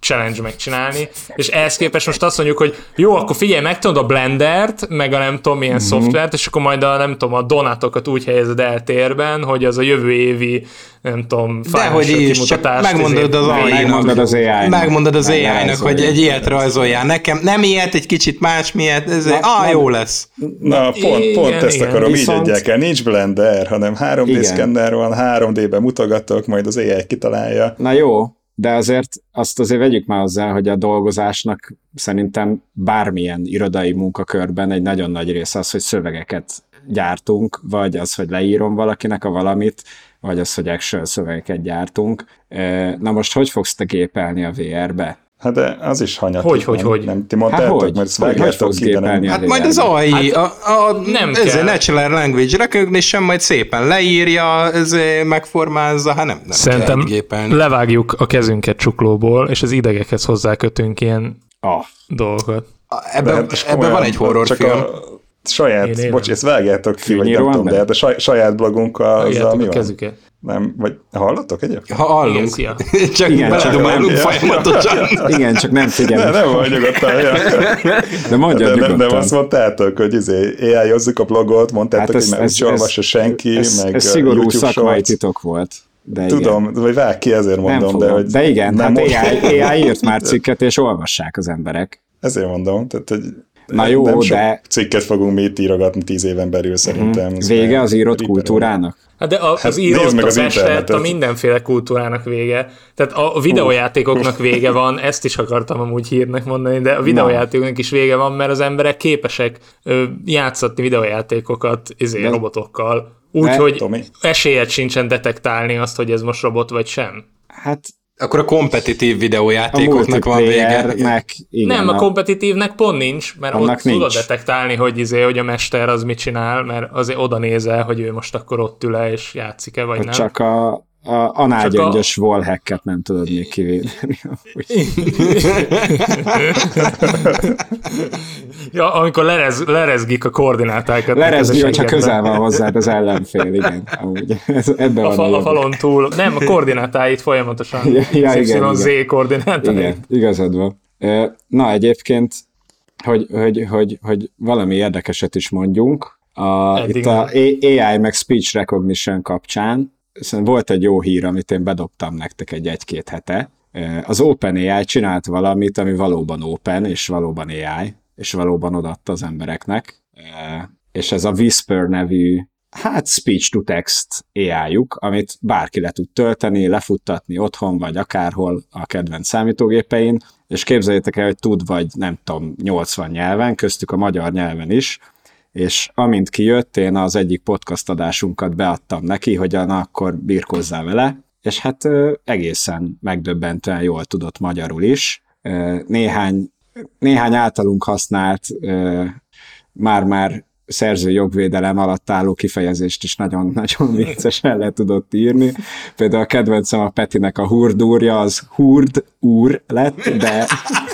challenge megcsinálni, és ehhez képest most azt mondjuk, hogy jó, akkor figyelj, megtanod a Blendert, meg a nem tudom milyen mm-hmm. szoftvert, és akkor majd a nem tudom, a donatokat úgy helyezed el térben, hogy az a jövő évi nem tudom, financial kimutatást. Megmondod az á í-nak, megmondod az á í-nak, megmondod az á í-nak, hogy egy ilyet rajzoljál. Nekem nem ilyet, egy kicsit más miért, ez na, ah, jó lesz. Na, pont, pont igen, ezt igen, akarom, viszont... így adják el. Nincs Blender, hanem három dé szkenner van, három dé-ben mutogatok, majd az á í kitalálja. Na jó, de azért azt azért vegyük már hozzá, hogy a dolgozásnak szerintem bármilyen irodai munkakörben egy nagyon nagy része az, hogy szövegeket gyártunk, vagy az, hogy leírom valakinek a valamit, vagy az, hogy actual szövegeket gyártunk. Na most hogy fogsz te gépelni a vé er-be? Hát de az is hanyatik. Hogy, hogy, hogy? Nem, ti mondtátok, hát mert ezt hogy, hogy fogsz ki, gépelni hát majd az á í, hát, a, a, nem ez a Natural Language Recognition majd szépen leírja, ez megformázza, hát nem, nem szerintem kell gépelni. Levágjuk a kezünket csuklóból, és az idegekhez hozzákötünk ilyen ah. dolgokat. Ebben ebbe van egy horrorfilm. Saját, én bocs, ezt vágjátok ki, vagy nem tudom, de hát a saj, saját blogunkkal az a mi van? Nem, vagy hallottok egyébként? Ha hallunk. Igen, csak igen, beledumálunk folyamatosan. Igen, csak nem figyelünk. Ne, nem vagy nyugodtan. De mondjad de, nyugodtan. De, de azt mondtátok, hogy izé, á í-ozzuk a blogot, mondtátok, hát ez, hogy már úgy olvassa senki, ez, meg ez szigorú YouTube szakmai shorts. titok volt. De tudom, igen. vagy vág ki, ezért mondom. De, hogy de igen, hát á í írt már cikket, és olvassák az emberek. Ezért mondom, tehát, hogy na jó, nem sok de... cikket fogunk mi itt írogatni tíz éven belül szerintem. Uh-huh. Vége az írott kultúrának? Hát de a, az hát írott, a festett, a mindenféle kultúrának vége. Tehát a videójátékoknak vége van, ezt is akartam amúgy hírnek mondani, de a videójátékoknak is vége van, mert az emberek képesek ö, játszatni videójátékokat izé, de... robotokkal, úgyhogy esélyed sincsen detektálni azt, hogy ez most robot vagy sem. Hát... Akkor a kompetitív videójátékoknak van vége. Igen, nem, a, a kompetitívnek pont nincs, mert ott nincs. Tudod detektálni, hogy, izé, hogy a mester az mit csinál, mert azért oda nézel, hogy ő most akkor ott ül-e és játszik-e, vagy hogy nem. Csak a, a análgyöngyös a... wallhacket nem tudod még kivédeni. Ja, amikor lerez, lerezgik a koordinátákat. Lerezgi, hogyha közel van hozzád az ellenfél, igen. Amúgy, ez, ebben a, fal, a falon túl. Nem, a koordinátáit folyamatosan. Ja, ja, igen, Z koordinátáit. Igen, igazad van. Na, egyébként, hogy, hogy, hogy, hogy valami érdekeset is mondjunk. A, itt a á í meg speech recognition kapcsán volt egy jó hír, amit én bedobtam nektek egy egy-két hete. Az OpenAI csinált valamit, ami valóban open, és valóban á í, és valóban odaadta az embereknek. És ez a Whisper nevű, hát speech-to-text á í-juk, amit bárki le tud tölteni, lefuttatni otthon, vagy akárhol a kedvenc számítógépein, és képzeljétek el, hogy tud vagy nem tudom, nyolcvan nyelven, köztük a magyar nyelven is, és amint kijött, én az egyik podcast adásunkat beadtam neki, hogy na, akkor birkózzál vele, és hát egészen megdöbbentően jól tudott magyarul is. Néhány, néhány általunk használt, már-már szerző jogvédelem alatt álló kifejezést is nagyon-nagyon viccesen le tudott írni. Például a kedvencem a Petinek a hurdúrja, az hurd úr lett, de...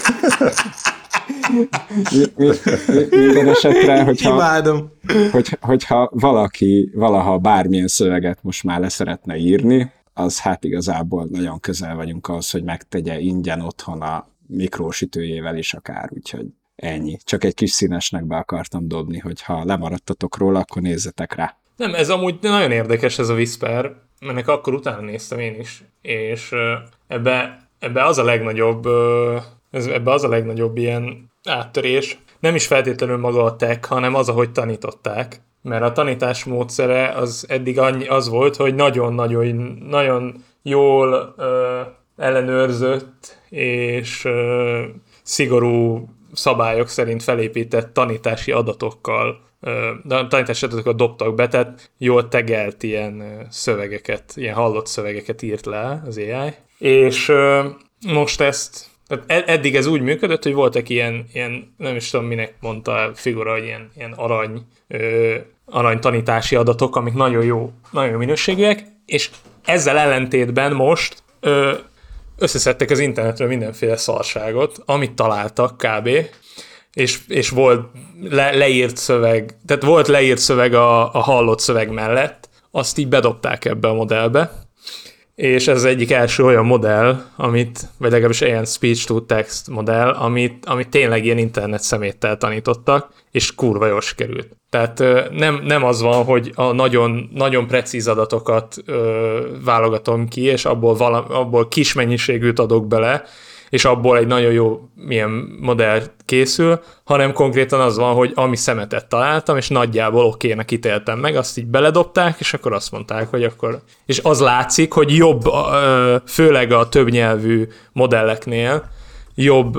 Minden esetre, hogyha, imádom. Hogy, hogyha valaki valaha bármilyen szöveget most már le szeretne írni, az hát igazából nagyon közel vagyunk ahhoz, hogy megtegye ingyen otthon a mikrósütőjével is akár, úgyhogy ennyi. Csak egy kis színesnek be akartam dobni, hogy ha lemaradtatok róla, akkor nézzetek rá. Nem, ez amúgy nagyon érdekes ez a Whisper, ennek akkor utána néztem én is, és ebbe, ebbe az a legnagyobb, ez, ebbe az a legnagyobb ilyen áttörés. Nem is feltétlenül maga a tech, hanem az, ahogy tanították. Mert a tanítás módszere az eddig annyi, az volt, hogy nagyon-nagyon nagyon jól ö, ellenőrzött és ö, szigorú szabályok szerint felépített tanítási adatokkal, ö, tanítási adatokat dobtak be, tehát jól tegelt ilyen szövegeket, ilyen hallott szövegeket írt le az á í. És ö, most ezt tehát eddig ez úgy működött, hogy voltak ilyen, ilyen nem is tudom minek mondta a figura, hogy ilyen, ilyen arany, ö, arany tanítási adatok, amik nagyon jó, nagyon jó minőségűek, és ezzel ellentétben most ö, összeszedtek az internetről mindenféle szarságot, amit találtak kb. És, és volt le, leírt szöveg, tehát volt leírt szöveg a, a hallott szöveg mellett, azt így bedobták ebbe a modellbe, és ez az egyik első olyan modell, amit, vagy legalábbis ilyen speech-to-text modell, amit, amit tényleg ilyen internet szeméttel tanítottak, és kurva jól sikerült. Tehát nem, nem az van, hogy a nagyon, nagyon precíz adatokat ö, válogatom ki, és abból, vala, abból kis mennyiségűt adok bele, és abból egy nagyon jó milyen modell készül, hanem konkrétan az van, hogy ami szemetet találtam, és nagyjából okének ítéltem meg, azt így beledobták, és akkor azt mondták, hogy akkor... És az látszik, hogy jobb, főleg a többnyelvű modelleknél jobb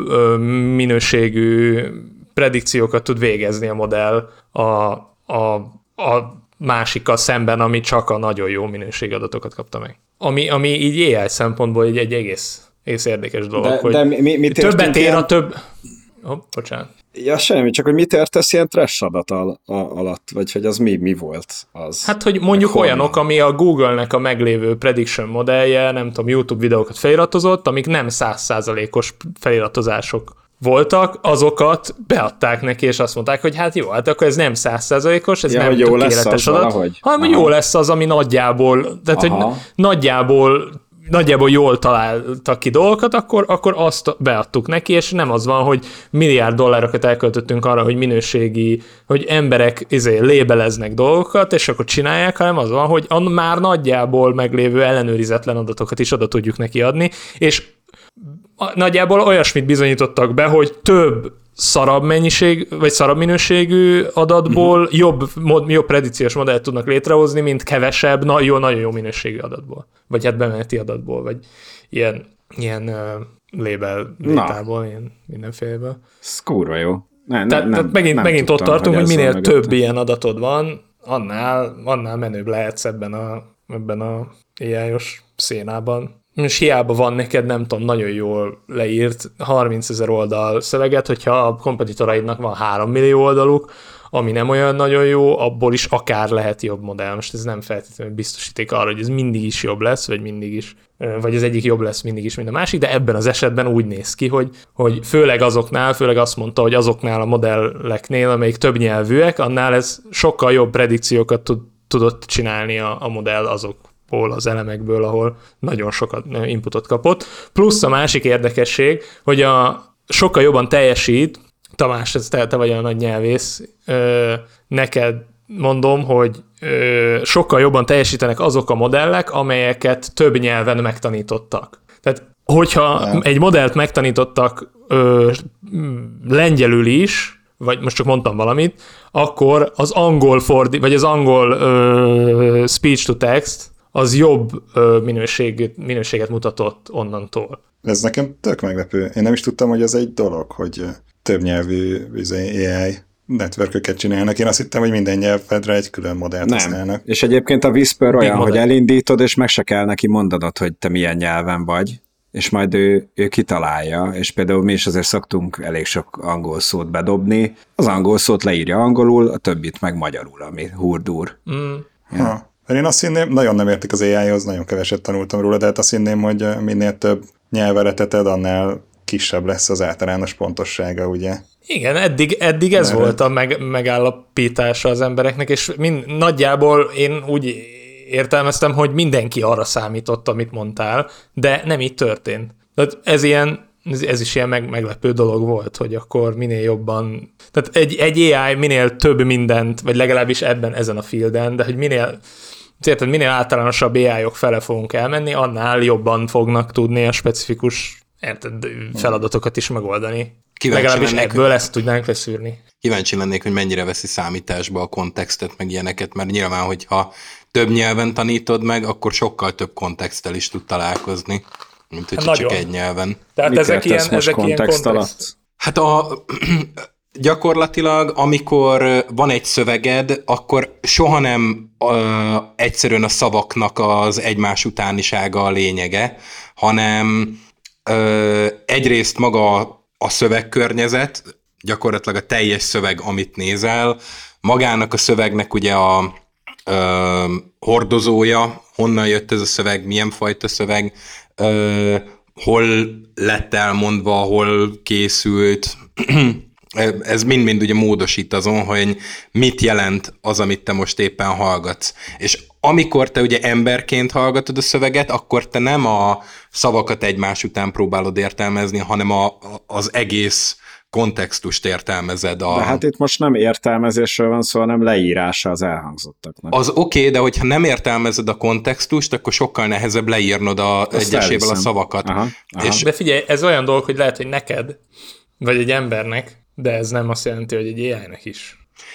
minőségű predikciókat tud végezni a modell a, a, a másikkal szemben, ami csak a nagyon jó minőségű adatokat kapta meg. Ami, ami így á i szempontból egy, egy egész egész érdekes dolog, de, hogy de mi, mi többet ér ilyen... a több... Oh, bocsánat. Ja, semmi, csak hogy mit értesz ilyen trash adat al- a- alatt, vagy hogy az mi, mi volt az? Hát, hogy mondjuk olyanok, ami a Google-nek a meglévő prediction modellje, nem tudom, YouTube videókat feliratozott, amik nem száz százalékos feliratozások voltak, azokat beadták neki, és azt mondták, hogy hát jó, hát akkor ez nem száz százalékos, ez ja, nem tökéletes adat, valahogy? hanem jó lesz az, ami nagyjából, tehát Aha. hogy nagyjából nagyjából jól találtak ki dolgokat, akkor, akkor azt beadtuk neki, és nem az van, hogy milliárd dollárokat elköltöttünk arra, hogy minőségi, hogy emberek izé, lébeleznek dolgokat, és akkor csinálják, hanem az van, hogy már nagyjából meglévő ellenőrizetlen adatokat is oda tudjuk neki adni, és nagyjából olyasmit bizonyítottak be, hogy több szarabb mennyiség, vagy szarabb minőségű adatból uh-huh. jobb, mod, jobb predikciós modellt tudnak létrehozni, mint kevesebb, na, jó, nagyon jó minőségű adatból. Vagy hát bemeneti adatból, vagy ilyen, ilyen uh, label détából, ilyen mindenféleből. Ez kurva jó. Ne, tehát, nem, tehát megint, nem megint tudtam, ott tartunk, hogy, hogy minél több mögöttem. Ilyen adatod van, annál, annál menőbb lehetsz ebben a, ebben a á i-os szénában. És hiába van neked, nem tudom, nagyon jól leírt harmincezer oldal szöveget, hogyha a kompetitoraidnak van három millió oldaluk, ami nem olyan nagyon jó, abból is akár lehet jobb modell. Most ez nem feltétlenül biztosíték arra, hogy ez mindig is jobb lesz, vagy mindig is, vagy az egyik jobb lesz mindig is, mint a másik, de ebben az esetben úgy néz ki, hogy, hogy főleg azoknál, főleg azt mondta, hogy azoknál a modelleknél, amelyik több nyelvűek, annál ez sokkal jobb predikciókat tud, tudott csinálni a, a modell azok az elemekből, ahol nagyon sokat inputot kapott. Plusz a másik érdekesség, hogy a sokkal jobban teljesít, Tamás, ez te, te vagy a nagy nyelvész, ö, neked mondom, hogy ö, sokkal jobban teljesítenek azok a modellek, amelyeket több nyelven megtanítottak. Tehát, hogyha ja. egy modellt megtanítottak ö, lengyelül is, vagy most csak mondtam valamit, akkor az angol fordi, vagy az angol ö, speech to text az jobb ö, minőség, minőséget mutatott onnantól. Ez nekem tök meglepő. Én nem is tudtam, hogy ez egy dolog, hogy többnyelvű á i networköket csinálnak. Én azt hittem, hogy minden nyelvedre egy külön modellt nem. használnak. És egyébként a Whisper olyan, modell. hogy elindítod, és meg se kell neki mondanod, hogy te milyen nyelven vagy, és majd ő, ő kitalálja, és például mi is azért szoktunk elég sok angol szót bedobni. Az angol szót leírja angolul, a többit meg magyarul, ami hurdur. Mm. Ja. Ha. Én azt hinném, nagyon nem értik az á i-hoz, nagyon keveset tanultam róla, de hát azt hinném, hogy minél több nyelvre teted, annál kisebb lesz az általános pontossága, ugye? Igen, eddig, eddig ez Mert... volt a meg, megállapítása az embereknek, és mind, nagyjából én úgy értelmeztem, hogy mindenki arra számított, amit mondtál, de nem így történt. Tehát ez ilyen, ez, ez is ilyen meg, meglepő dolog volt, hogy akkor minél jobban, tehát egy, egy á i minél több mindent, vagy legalábbis ebben, ezen a fielden, de hogy minél Érted, minél általánosabb á i-ok fele fogunk elmenni, annál jobban fognak tudni a specifikus érted, feladatokat is megoldani. Kíváncsi legalábbis lennék, ebből hogy... ezt tudnánk leszűrni. Kíváncsi lennék, hogy mennyire veszi számításba a kontextet, meg ilyeneket, mert nyilván, hogyha több nyelven tanítod meg, akkor sokkal több kontexttel is tud találkozni, mint hogy hát csak egy nyelven. Tehát ezek ilyen, ezek ilyen kontext alatt? Hát a... Gyakorlatilag, amikor van egy szöveged, akkor soha nem ö, egyszerűen a szavaknak az egymás utánisága a lényege, hanem ö, egyrészt maga a szövegkörnyezet, gyakorlatilag a teljes szöveg, amit nézel, magának a szövegnek ugye a ö, hordozója, honnan jött ez a szöveg, milyen fajta szöveg, ö, hol lett elmondva, hol készült, Ez mind-mind ugye módosít azon, hogy mit jelent az, amit te most éppen hallgatsz. És amikor te ugye emberként hallgatod a szöveget, akkor te nem a szavakat egymás után próbálod értelmezni, hanem a, az egész kontextust értelmezed. A... De hát itt most nem értelmezésről van szó, hanem leírása az elhangzottaknak. Az oké, okay, de hogyha nem értelmezed a kontextust, akkor sokkal nehezebb leírnod a egyesével a szavakat. Aha, aha. És de figyelj, ez olyan dolog, hogy lehet, hogy neked, vagy egy embernek, de ez nem azt jelenti, hogy egy á í-nek is.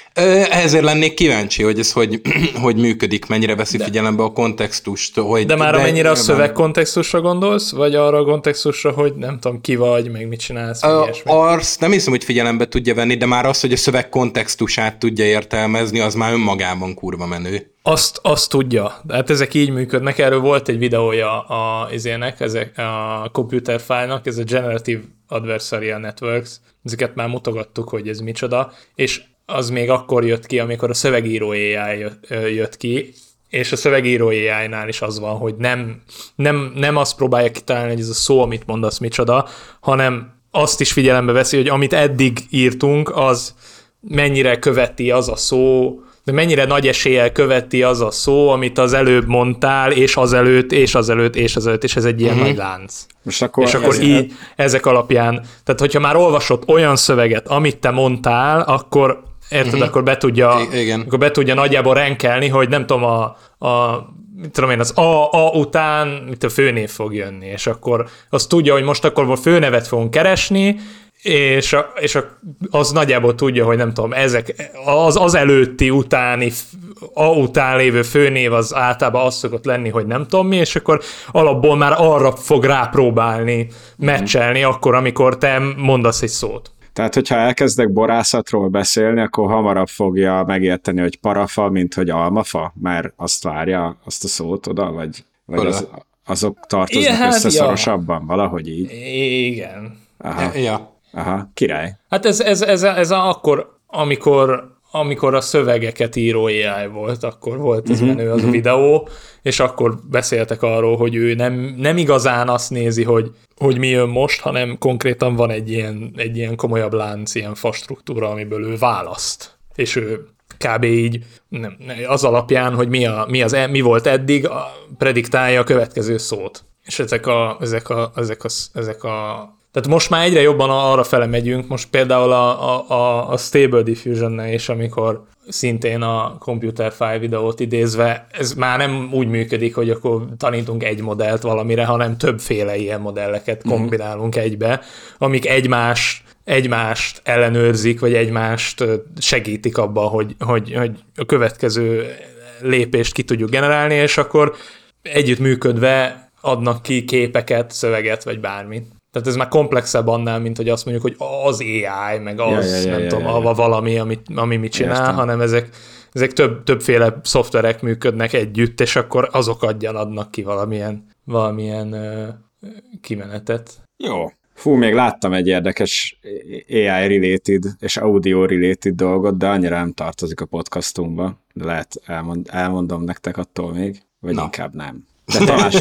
Ezért lennék kíváncsi, hogy ez hogy, hogy működik, mennyire veszi de. figyelembe a kontextust. Hogy de már de amennyire a szöveg kontextusra gondolsz, vagy arra a kontextusra, hogy nem tudom, ki vagy, meg mit csinálsz, meg ilyesmi? Azt nem hiszem, hogy figyelembe tudja venni, de már az, hogy a szöveg kontextusát tudja értelmezni, az már önmagában kurva menő. Azt, azt tudja. De hát ezek így működnek. Erről volt egy videója a izének, ezek a Computer File-nak, ez a Generative Adversarial Networks. Ezeket már mutogattuk, hogy ez micsoda, és az még akkor jött ki, amikor a szövegíró á i jött ki, és a szövegíró á i-nál is az van, hogy nem, nem, nem azt próbálja kitalálni, hogy ez a szó, amit mondasz, micsoda, hanem azt is figyelembe veszi, hogy amit eddig írtunk, az mennyire követi az a szó, de mennyire nagy eséllyel követi az a szó, amit az előbb mondtál, és az előtt, és az előtt, és az előtt, és ez egy ilyen uh-huh. nagy lánc. Most akkor és akkor így, ezek alapján, tehát hogyha már olvasott olyan szöveget, amit te mondtál, akkor érted, uh-huh. akkor be tudja, I- akkor be tudja nagyjából renkelni, hogy nem tudom, a, a mit tudom én, az A, A után mit a főnév fog jönni, és akkor azt tudja, hogy most akkor a főnevet fogunk keresni, és, a, és a, az nagyjából tudja, hogy nem tudom, ezek, az, az előtti, utáni, A után lévő főnév az általában az szokott lenni, hogy nem tudom mi, és akkor alapból már arra fog rápróbálni meccselni, mm. akkor, amikor te mondasz egy szót. Tehát, hogyha elkezdek borászatról beszélni, akkor hamarabb fogja megérteni, hogy parafa, mint hogy almafa, mert azt várja, azt a szót oda, vagy, vagy az, azok tartoznak ja, összeszorosabban, ja. valahogy így. Igen. Aha. Ja. Aha, király. Hát ez, ez, ez, ez akkor, amikor, amikor a szövegeket író á i volt, akkor volt ez uh-huh, menő az uh-huh. a videó, és akkor beszéltek arról, hogy ő nem, nem igazán azt nézi, hogy, hogy mi jön most, hanem konkrétan van egy ilyen, egy ilyen komolyabb lánc, ilyen fastruktúra, amiből ő választ. És ő kb. Így nem, az alapján, hogy mi, a, mi, az, mi volt eddig, a, prediktálja a következő szót. És ezek a, ezek a, ezek a, ezek a tehát most már egyre jobban arra fele megyünk, most például a, a, a Stable Diffusion-nel is, amikor szintén a Computer File videót idézve, ez már nem úgy működik, hogy akkor tanítunk egy modellt valamire, hanem többféle ilyen modelleket kombinálunk mm-hmm. egybe, amik egymás, egymást ellenőrzik, vagy egymást segítik abban, hogy, hogy, hogy a következő lépést ki tudjuk generálni, és akkor együttműködve adnak ki képeket, szöveget, vagy bármit. Tehát ez már komplexebb annál, mint hogy azt mondjuk, hogy az á i, meg az, ja, ja, ja, nem ja, tudom, ja, ja. valami, amit, ami mit csinál, Értem. hanem ezek, ezek több, többféle szoftverek működnek együtt, és akkor azok adjan, adnak ki valamilyen, valamilyen uh, kimenetet. Jó. Fú, még láttam egy érdekes á i-related és audio-related dolgot, de annyira nem tartozik a podcastunkba, de lehet elmond, elmondom nektek attól még, vagy Na. inkább nem. De Tamás,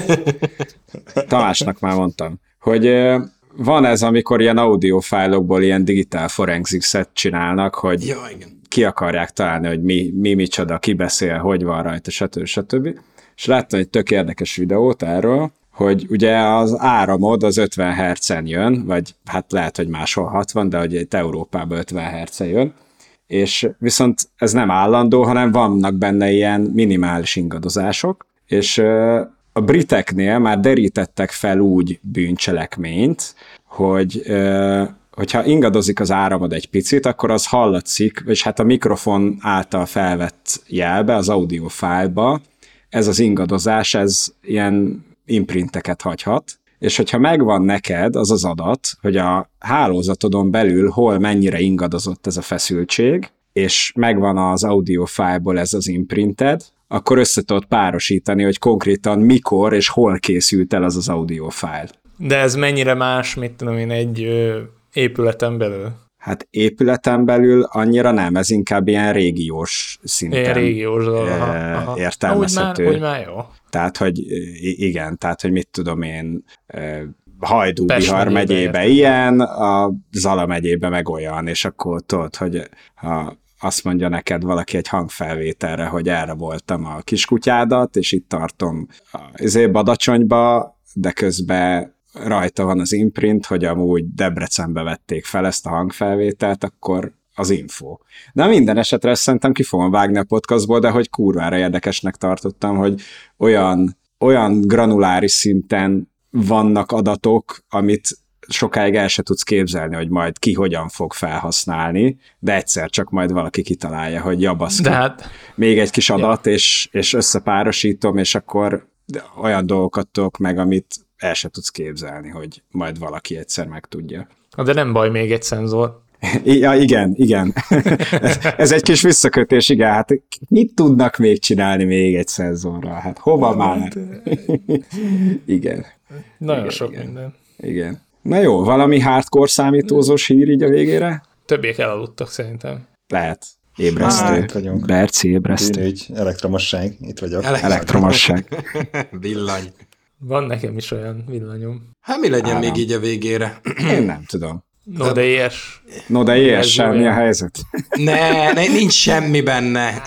Tamásnak már mondtam, hogy van ez, amikor ilyen audiofájlokból ilyen digital forensics-et csinálnak, hogy ja, igen. ki akarják találni, hogy mi, mi micsoda, ki beszél, hogy van rajta, stb. stb. És láttam egy tök érdekes videót erről, hogy ugye az áramod az ötven hertzen jön, vagy hát lehet, hogy máshol hatvan, de hogy itt Európában ötven hertzen jön, és viszont ez nem állandó, hanem vannak benne ilyen minimális ingadozások, és a briteknél már derítettek fel úgy bűncselekményt, hogy hogyha ingadozik az áramod egy picit, akkor az hallatszik, és hát a mikrofon által felvett jelbe, az audio fájlba, ez az ingadozás, ez ilyen imprinteket hagyhat, és hogyha megvan neked az az adat, hogy a hálózatodon belül hol mennyire ingadozott ez a feszültség, és megvan az audio fájlból ez az imprinted, akkor össze tudod párosítani, hogy konkrétan mikor és hol készült el az az audio file. De ez mennyire más, mit tudom én, egy ö, épületen belül? Hát épületen belül annyira nem, ez inkább ilyen régiós szinten ilyen régiós dolog, aha, aha. értelmezhető. Úgy már, úgy már jó. Tehát, hogy igen, tehát, hogy mit tudom én, Hajdú-Bihar megyébe ilyen, a Zala megyébe meg olyan, és akkor tudod, hogy ha azt mondja neked valaki egy hangfelvételre, hogy erre voltam a kiskutyádat, és itt tartom azért Badacsonyba, de közben rajta van az imprint, hogy amúgy Debrecenbe vették fel ezt a hangfelvételt, akkor az info. De minden esetre ezt szerintem ki fogom vágni a podcastból, de hogy kurvára érdekesnek tartottam, hogy olyan, olyan granuláris szinten vannak adatok, amit sokáig el se tudsz képzelni, hogy majd ki hogyan fog felhasználni, de egyszer csak majd valaki kitalálja, hogy jabaszki, hát, még egy kis adat, ja. és, és összepárosítom, és akkor olyan dolgokat tudok meg, amit el se tudsz képzelni, hogy majd valaki egyszer megtudja. De nem baj, még egy szenzor. Ja, igen, igen. ez, ez egy kis visszakötés, igen, hát mit tudnak még csinálni még egy szenzorral? Hát hova már? igen. Nagyon igen, sok igen. minden. Igen. Na jó, valami hardcore számítózós hír így a végére? Többiek elaludtak szerintem. Lehet. Ébresztő. Hát, vagyunk. Berci ébresztő. Bűnügy, elektromosság, itt vagyok. Elektromosság. Villany. Van nekem is olyan villanyom. Hát mi legyen Áram. még így a végére? Én nem tudom. No, de ilyes. No, de ilyes, semmi a helyzet? Ne, ne, nincs semmi benne.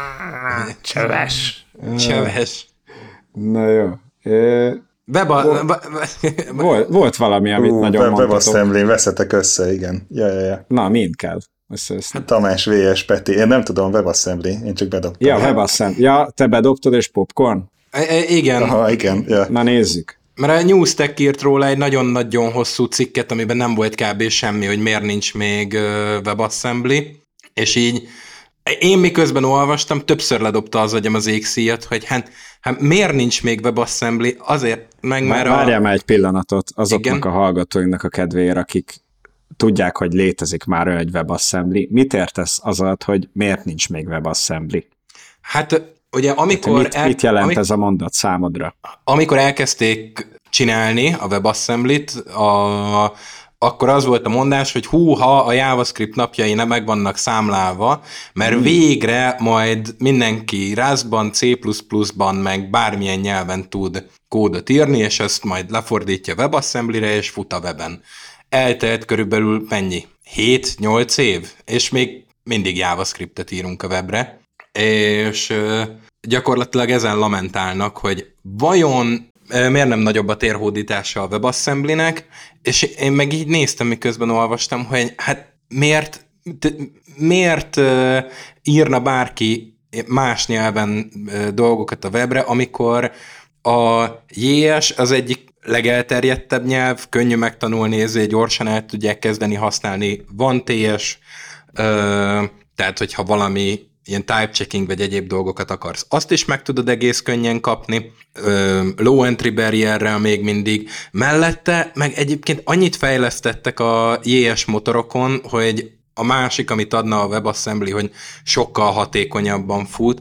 Csöves. Csöves. Na jó. É... Beba, volt, be, be, volt, volt valami, amit uh, nagyon mondhatok. WebAssembly, veszetek össze, igen. Ja, ja, ja. Na, mind kell össze-össze. Tamás vé es Peti. Én nem tudom WebAssembly, én csak bedobtam. Ja, WebAssembly. Ja, te bedobtad, és popcorn? E, igen. Aha, igen. Ja. Na nézzük. Mert a Newstech írt róla egy nagyon-nagyon hosszú cikket, amiben nem volt kb. Semmi, hogy miért nincs még WebAssembly, és így én miközben olvastam, többször ledobta az agyam az égszíjat, hogy hát, hát miért nincs még WebAssembly, azért meg már a... Várjál már egy pillanatot azoknak igen? a hallgatóinknak a kedvéért, akik tudják, hogy létezik már olyan egy WebAssembly. Mit értesz az alatt, hogy miért nincs még WebAssembly? Hát ugye amikor... mit, el, mit jelent amik, ez a mondat számodra? Amikor elkezdték csinálni a WebAssembly-t, a, akkor az volt a mondás, hogy húha, a JavaScript napjai nem meg vannak számlálva, mert hmm. végre majd mindenki Rustban, C plusz pluszban, meg bármilyen nyelven tud kódot írni, és ezt majd lefordítja WebAssembly-re, és fut a weben. Eltelt körülbelül mennyi? hét-nyolc év? És még mindig JavaScriptet írunk a webre. És gyakorlatilag ezen lamentálnak, hogy vajon miért nem nagyobb a térhódítása a WebAssembly-nek, és én meg így néztem, miközben olvastam, hogy hát miért, miért írna bárki más nyelven dolgokat a webre, amikor a jé es az egyik legelterjedtebb nyelv, könnyű megtanulni, ezért gyorsan el tudják kezdeni használni. Van té es, tehát hogyha valami ilyen type-checking vagy egyéb dolgokat akarsz, azt is meg tudod egész könnyen kapni, low entry barrierrel még mindig. Mellette meg egyébként annyit fejlesztettek a jé es motorokon, hogy a másik, amit adna a WebAssembly, hogy sokkal hatékonyabban fut.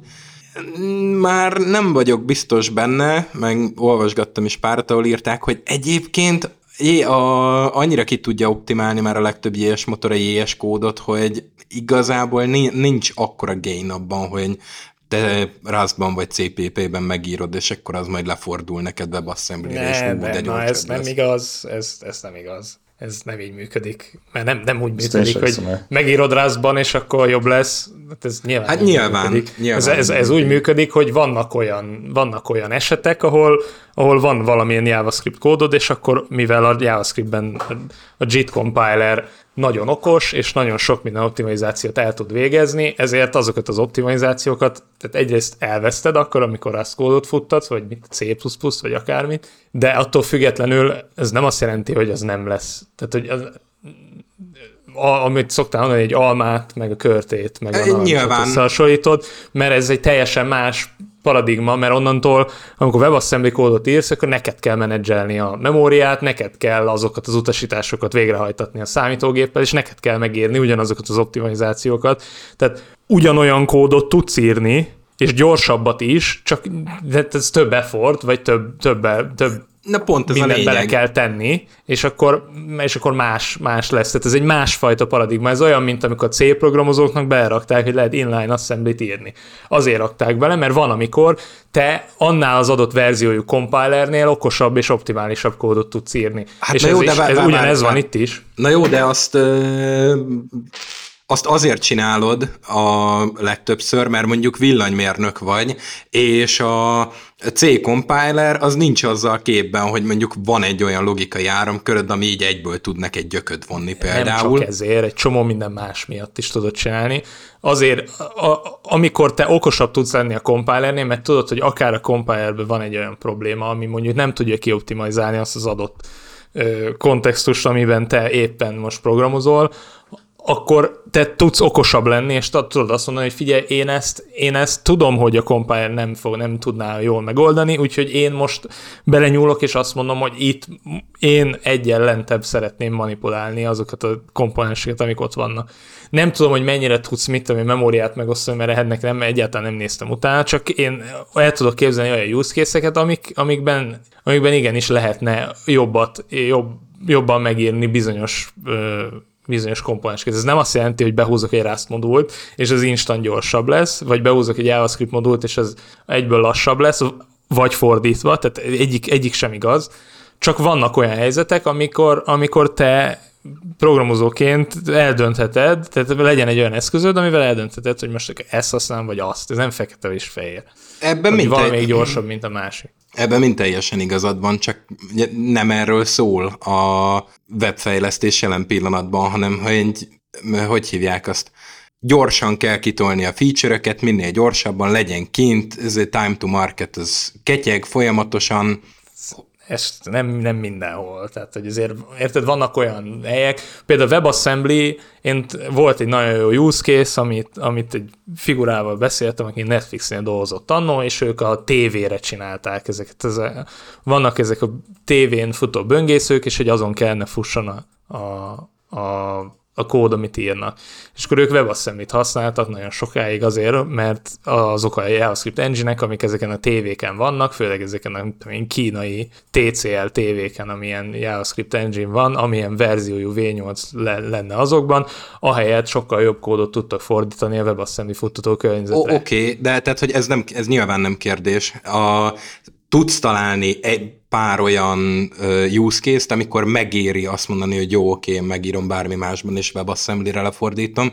Már nem vagyok biztos benne, meg olvasgattam is párat, ahol írták, hogy egyébként jé, a, annyira ki tudja optimálni már a legtöbb jé es motor a jé es kódot, hogy igazából nincs akkora gain abban, hogy te Rustban vagy cé pé pé-ben megírod, és akkor az majd lefordul neked WebAssembly-re, és úgy de na, ez nem lesz. igaz, ez, ez nem igaz. Ez nem így működik. Mert nem, nem úgy működik, hogy megírod Rustban, és akkor jobb lesz. Hát ez nyilván hát nyilván, nyilván. Ez, ez, ez úgy működik, hogy vannak olyan, vannak olyan esetek, ahol, ahol van valamilyen JavaScript kódod, és akkor mivel a JavaScriptben a JIT compiler nagyon okos, és nagyon sok minden optimalizációt el tud végezni, ezért azokat az optimalizációkat, tehát egyrészt elveszted akkor, amikor Rust kódot futtatsz, vagy mit, C plusz plusz, vagy akármit, de attól függetlenül ez nem azt jelenti, hogy az nem lesz. Tehát, hogy az, a, amit szoktál mondani, egy almát, meg a körtét, meg a narancsot összehasonlítod, mert ez egy teljesen más paradigma, mert onnantól, amikor WebAssembly kódot írsz, akkor neked kell menedzselni a memóriát, neked kell azokat az utasításokat végrehajtatni a számítógéppel, és neked kell megírni ugyanazokat az optimalizációkat. Tehát ugyanolyan kódot tudsz írni, és gyorsabbat is, csak ez több effort, vagy több, több, több Na pont ez mindent a bele lényeg. kell tenni, és akkor, és akkor más, más lesz. Tehát ez egy másfajta paradigma. Ez olyan, mint amikor C programozóknak belerakták, hogy lehet inline assembly-t írni. Azért rakták bele, mert van, amikor te annál az adott verziójú compilernél okosabb és optimálisabb kódot tudsz írni. Hát és na ez, jó, is, de vár, ez vár, ugyanez vár, van itt is. Na jó, de azt, ö, azt azért csinálod a legtöbbször, mert mondjuk villanymérnök vagy, és a C compiler az nincs azzal képben, hogy mondjuk van egy olyan logikai áramköröd, ami így egyből tud neked gyököt vonni például. Nem csak ezért, egy csomó minden más miatt is tudod csinálni. Azért, a, amikor te okosabb tudsz lenni a compilernél, mert tudod, hogy akár a compilerben van egy olyan probléma, ami mondjuk nem tudja kioptimalizálni azt az adott ö, kontextust, amiben te éppen most programozol, akkor te tudsz okosabb lenni, és tudod azt mondani, hogy figyelj, én ezt, én ezt tudom, hogy a compiler nem, fog, nem tudná jól megoldani, úgyhogy én most belenyúlok, és azt mondom, hogy itt én egyen lentebb szeretném manipulálni azokat a komponenseket, amik ott vannak. Nem tudom, hogy mennyire tudsz mit tudom, memóriát megosztani, mert ennek nem, egyáltalán nem néztem utána, csak én el tudok képzelni olyan use case-eket, amik, amikben, amikben igenis lehetne jobbat, jobb, jobban megírni bizonyos ö, bizonyos komponenseket. Ez nem azt jelenti, hogy behúzok egy Rust modult, és az instant gyorsabb lesz, vagy behúzok egy JavaScript modult, és az egyből lassabb lesz, vagy fordítva, tehát egyik, egyik sem igaz. Csak vannak olyan helyzetek, amikor, amikor te programozóként eldöntheted, tehát legyen egy olyan eszközöd, amivel eldöntheted, hogy most ezt használom, vagy azt. Ez nem fekete és fehér. Ebben Hogy valami egy... még gyorsabb, mint a másik. Ebben mind teljesen igazad van, csak nem erről szól a webfejlesztés jelen pillanatban, hanem hogy, hogy hívják azt, gyorsan kell kitolni a feature-öket, minél gyorsabban legyen kint, ez a time to market, ez ketyeg folyamatosan. Ez nem, nem mindenhol. Tehát, hogy azért, érted, vannak olyan helyek, például WebAssembly, én volt egy nagyon jó use case, amit, amit egy figurával beszéltem, aki Netflixnél dolgozott annó, és ők a tévére csinálták ezeket. Ez a, vannak ezek a tévén futó böngészők, és hogy azon kellene fusson a, a, a a kód, amit írnak. És akkor ők WebAssembly-t használtak nagyon sokáig azért, mert azok a JavaScript engine-ek, amik ezeken a tévéken vannak, főleg ezeken a kínai té cé el tévéken, amilyen JavaScript engine van, amilyen verziójú vé nyolc le- lenne azokban, ahelyett sokkal jobb kódot tudtak fordítani a WebAssembly futtató környezetre. Oké, okay, de tehát, hogy ez, nem, ez nyilván nem kérdés. A, tudsz találni egy pár olyan uh, use case-t, amikor megéri azt mondani, hogy jó, oké, én megírom bármi másban, és WebAssembly-re lefordítom.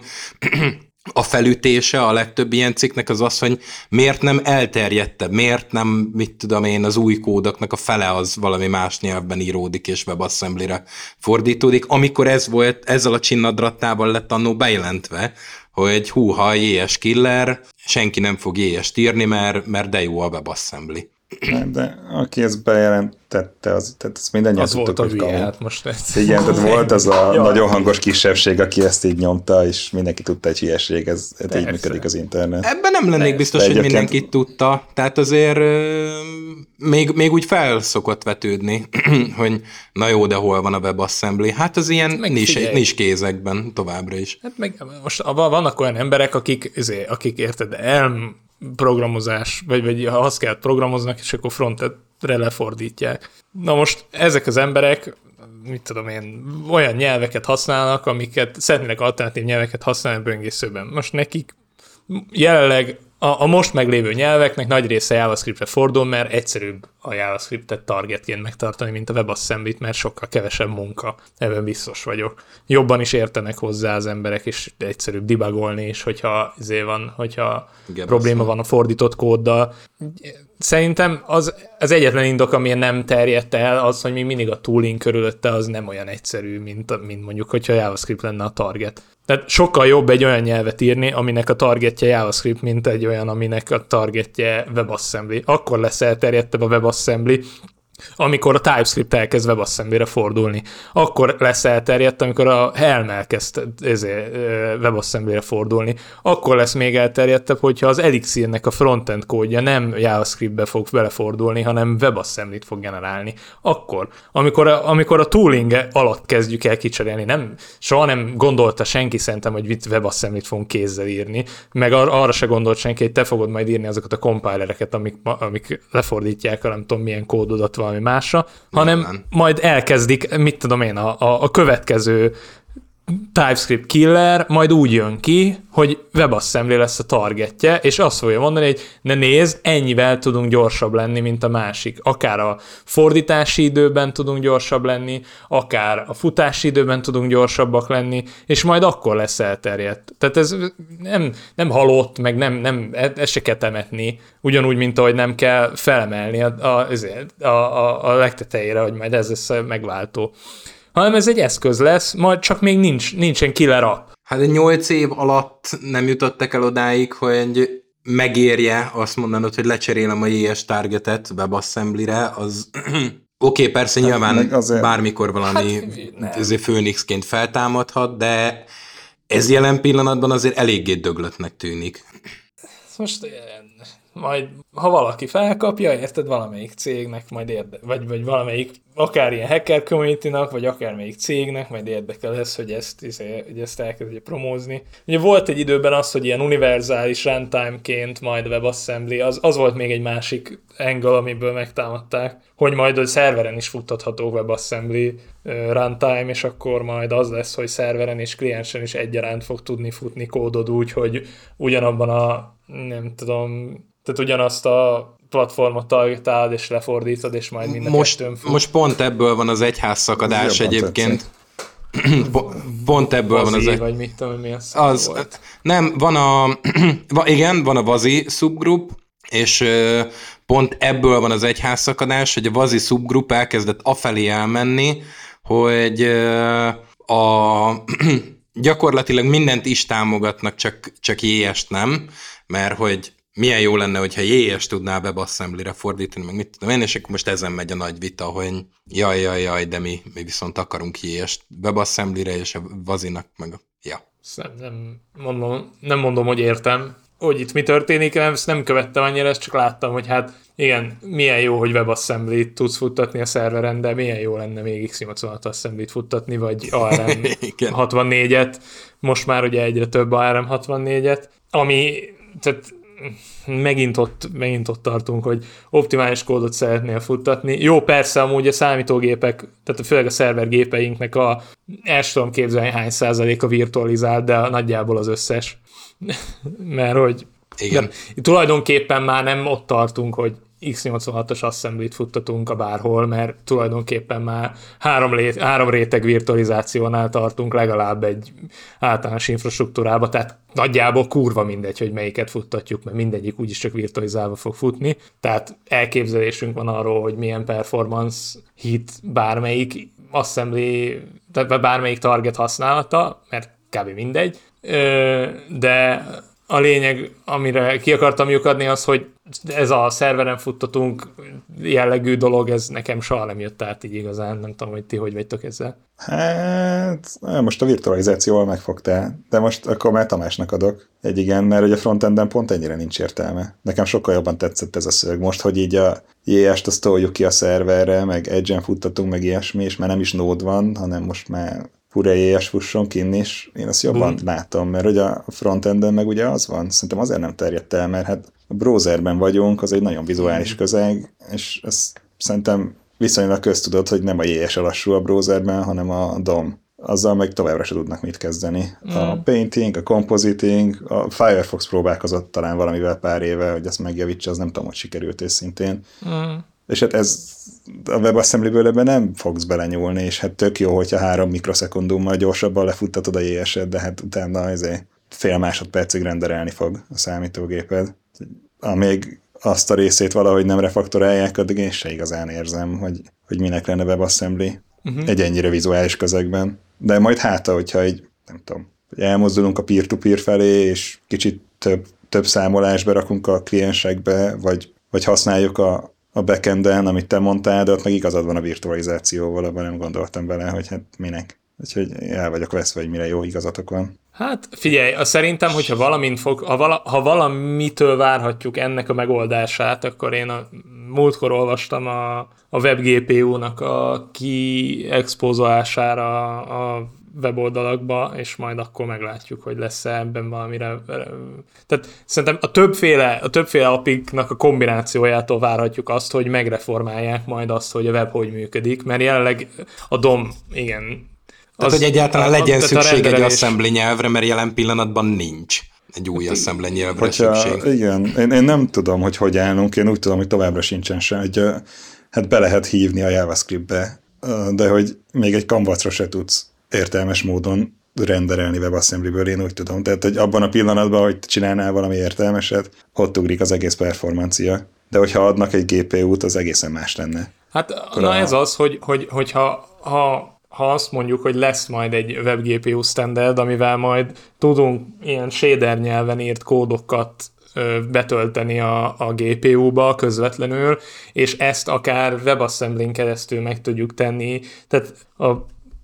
A felütése a legtöbb ilyen cikknek az az, hogy miért nem elterjedtebb, miért nem, mit tudom én, az új kódoknak a fele az valami más nyelvben íródik, és WebAssembly-re fordítódik. Amikor ez volt, ezzel a csinnadrattával lett annó bejelentve, hogy húha, jé es killer, senki nem fog jé est írni, mert, mert de jó a WebAssembly. Nem, de aki ezt bejelentette, az, tehát ezt mindannyian az tudtuk, volt a hogy hülye, kamu. hát most ez. Igen, tehát volt az a Ja. nagyon hangos kisebbség, aki ezt így nyomta, és mindenki tudta, hogy hülyeség, ez, ez így működik az internet. Ebben nem lennék biztos, hogy egyébként- mindenki tudta, tehát azért ö, még, még úgy felszokott vetődni, hogy na jó, de hol van a WebAssembly? Hát az ilyen meg nis, figyelj. nis kézekben továbbra is. Hát meg most vannak olyan emberek, akik, azért, akik érted, elm programozás, vagy, vagy ha azt kell programoznak, és akkor frontetre lefordítják. Na most ezek az emberek, mit tudom én, olyan nyelveket használnak, amiket szeretnének alternatív nyelveket használni a böngészőben. Most nekik jelenleg a, a most meglévő nyelveknek nagy része JavaScriptre fordul, mert egyszerűbb a JavaScriptet targetként megtartani, mint a WebAssembly-t, mert sokkal kevesebb munka. Ebben biztos vagyok. Jobban is értenek hozzá az emberek, és egyszerűbb debugolni is, hogyha izé van, hogyha Igen, probléma van a fordított kóddal. Szerintem az, az egyetlen indok, amilyen nem terjedt el, az, hogy még mindig a tooling körülötte az nem olyan egyszerű, mint, mint mondjuk, hogyha JavaScript lenne a target. Tehát sokkal jobb egy olyan nyelvet írni, aminek a targetje JavaScript, mint egy olyan, aminek a targetje WebAssembly. Akkor lesz elterjedtebb a WebAssembly, amikor a TypeScript elkezd WebAssembly-re fordulni. Akkor lesz elterjedt, amikor a Helm elkezd ezért, WebAssembly-re fordulni. Akkor lesz még elterjedtebb, hogyha az Elixirnek a frontend kódja nem JavaScript-be fog belefordulni, hanem WebAssembly-t fog generálni. Akkor, amikor a, amikor a tooling alatt kezdjük el kicserélni, nem, soha nem gondolta senki szerintem, hogy WebAssembly-t fogunk kézzel írni, meg ar- arra se gondolt senki, hogy te fogod majd írni azokat a compilereket, amik, amik lefordítják, nem tudom milyen kódodat van valami másra, hanem Nyilván. majd elkezdik, mit tudom én, a, a, a következő TypeScript killer majd úgy jön ki, hogy WebAssembly lesz a targetje, és azt fogja mondani, hogy ne nézd, ennyivel tudunk gyorsabb lenni, mint a másik. Akár a fordítási időben tudunk gyorsabb lenni, akár a futási időben tudunk gyorsabbak lenni, és majd akkor lesz elterjedt. Tehát ez nem, nem halott, meg nem, nem, ezt se kell temetni, ugyanúgy, mint ahogy nem kell felemelni a, a, a, a, a legtetejére, hogy majd ez lesz a megváltó. Hanem ez egy eszköz lesz, majd csak még nincs, nincsen killer app. Hát egy nyolc év alatt nem jutottak el odáig, hogy megérje azt mondanod, hogy lecserélem a jé es targetet WebAssembly-re, az oké, okay, persze nyilván azért... bármikor valami hát, Phoenixként feltámadhat, de ez jelen pillanatban azért eléggé döglöttnek tűnik. Most majd, ha valaki felkapja, érted, valamelyik cégnek majd érde, vagy, vagy valamelyik akár ilyen hacker community-nak, vagy akármelyik cégnek majd érdekel lesz, hogy ezt, hogy ezt elkezdje promózni. Ugye volt egy időben az, hogy ilyen univerzális runtime-ként majd WebAssembly, az, az volt még egy másik angle, amiből megtámadták, hogy majd a szerveren is futtatható WebAssembly runtime, és akkor majd az lesz, hogy szerveren és kliensen is egyaránt fog tudni futni kódod úgy, hogy ugyanabban a, nem tudom, tehát ugyanazt a platformot targetálod, és lefordítod, és majd minden most, most pont ebből van az egyházszakadás egyébként. Pont ebből Vazi, van az egy... vagy mit tudom, mi az, az volt. Nem, van a... igen, van a Vazi subgroup, és pont ebből van az egyházszakadás, hogy a Vazi subgroup elkezdett afelé elmenni, hogy a... gyakorlatilag mindent is támogatnak, csak, csak jé est nem, mert hogy milyen jó lenne, hogyha jé es tudná WebAssembly-re fordítani, meg mit tudom én, és akkor most ezen megy a nagy vita, hogy jaj, jaj, jaj, de mi, mi viszont akarunk jé est WebAssembly-re, és a Vazinak meg a... Ja. Nem, nem, mondom, nem mondom, hogy értem, hogy itt mi történik, nem, ezt nem követtem annyira, ezt csak láttam, hogy hát igen, milyen jó, hogy WebAssembly-t tudsz futtatni a szerveren, de milyen jó lenne még iksz nyolcvanhat Assembly-t futtatni, vagy á er em hatvannégyet, most már ugye egyre több á er em hatvannégyet, ami, tehát megint ott, megint ott tartunk, hogy optimális kódot szeretnél futtatni. Jó, persze amúgy a számítógépek, tehát főleg a szervergépeinknek a, el sem tudom képzelni hány százaléka virtualizált, de nagyjából az összes. Mert hogy igen. Tulajdonképpen már nem ott tartunk, hogy iksz nyolcvanhatos Assembly-t futtatunk a bárhol, mert tulajdonképpen már három, lé- három réteg virtualizációnál tartunk legalább egy általános infrastruktúrába, tehát nagyjából kurva mindegy, hogy melyiket futtatjuk, mert mindegyik úgyis csak virtualizálva fog futni, tehát elképzelésünk van arról, hogy milyen performance hit bármelyik Assembly, tehát bármelyik target használata, mert kb. Mindegy, de a lényeg, amire ki akartam lyukadni, az, hogy ez a szerveren futtatunk jellegű dolog, ez nekem soha nem jött át így igazán, nem tudom, hogy ti hogy vagytok ezzel. Hát, most a virtualizációval megfogtál, de most akkor már Tamásnak adok egy igen, mert ugye a frontenden pont ennyire nincs értelme. Nekem sokkal jobban tetszett ez a szög. Most, hogy így a jé est azt toljuk ki a szerverre, meg Edge-en futtatunk, meg ilyesmi, és már nem is Node van, hanem most már pura jé es fusson kinn is, én azt jobban Boom. látom, mert ugye a frontenden meg ugye az van, szerintem azért nem terjedt el, mert hát a browserben vagyunk, az egy nagyon vizuális közeg, és ezt szerintem viszonylag köztudott, hogy nem a jé es a lassú a browserben, hanem a dom. Azzal meg továbbra se tudnak mit kezdeni. Mm. A painting, a compositing, a Firefox próbálkozott talán valamivel pár éve, hogy ezt megjavítsa, az nem tudom, hogy sikerült őszintén. Mm. És hát ez a WebAssembly-ből ebben nem fogsz belenyúlni, és hát tök jó, hogyha három mikroszekundummal gyorsabban lefuttatod a jé eset, de hát utána azért fél másodpercig renderelni fog a számítógéped. Amíg azt a részét valahogy nem refaktorálják, addig én se igazán érzem, hogy, hogy minek lenne WebAssembly uh-huh. egy ennyire vizuális közegben. De majd háta, hogyha így, nem tudom, elmozdulunk a peer-to-peer felé, és kicsit több, több számolást berakunk a kliensekbe, vagy, vagy használjuk a a backenden, amit te mondtál, de ott meg igazad van a virtualizációval, abban nem gondoltam bele, hogy hát minek. Úgyhogy el vagyok veszve, hogy mire jó igazatok van. Hát figyelj, azt szerintem, hogyha valamint fog, ha, vala, ha valamitől várhatjuk ennek a megoldását, akkor én a múltkor olvastam a, a WebGPU-nak a kiexpozolására a weboldalakba, és majd akkor meglátjuk, hogy lesz-e ebben valamire. Tehát szerintem a többféle, a többféle apiknak a kombinációjától várhatjuk azt, hogy megreformálják majd azt, hogy a web hogy működik, mert jelenleg a dom, igen. Tehát, az, hogy egyáltalán a, legyen a, szükség egy rendelés... assembly nyelvre, mert jelen pillanatban nincs egy új assembly nyelvre Hogyha, szükség. Igen, én, én nem tudom, hogy hogy állunk, én úgy tudom, hogy továbbra sincsen se, hogy hát be lehet hívni a JavaScriptbe, de hogy még egy canvasra se tudsz értelmes módon renderelni WebAssemblyből, én úgy tudom. Tehát, hogy abban a pillanatban, hogy csinálnál valami értelmeset, ott ugrik az egész performancia. De hogyha adnak egy gé pé út, az egészen más lenne. Hát Akkor na a... ez az, hogy, hogy, hogyha ha, ha azt mondjuk, hogy lesz majd egy WebGPU standard, amivel majd tudunk ilyen shader nyelven írt kódokat betölteni a, a gé pé u-ba közvetlenül, és ezt akár WebAssemblyn keresztül meg tudjuk tenni. Tehát a,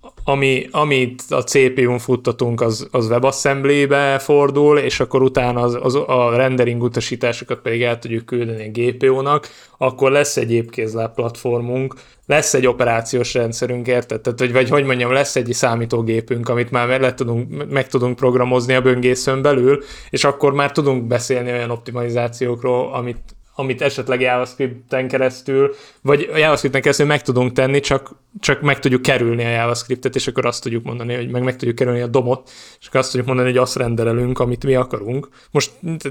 ami, amit a cé pé u-n futtatunk, az, az WebAssembly-be fordul, és akkor utána az, az, a rendering utasításokat pedig el tudjuk küldeni a gé pé u-nak, akkor lesz egy épkézláb platformunk, lesz egy operációs rendszerünk, érted? Tehát, vagy, vagy hogy mondjam, lesz egy számítógépünk, amit már meg, tudunk, meg tudunk programozni a böngészőn belül, és akkor már tudunk beszélni olyan optimalizációkról, amit, amit esetleg JavaScript-en keresztül, vagy JavaScript-en keresztül meg tudunk tenni, csak, csak meg tudjuk kerülni a JavaScript-et, és akkor azt tudjuk mondani, hogy meg, meg tudjuk kerülni a domot, és akkor azt tudjuk mondani, hogy azt rendelelünk, amit mi akarunk. Most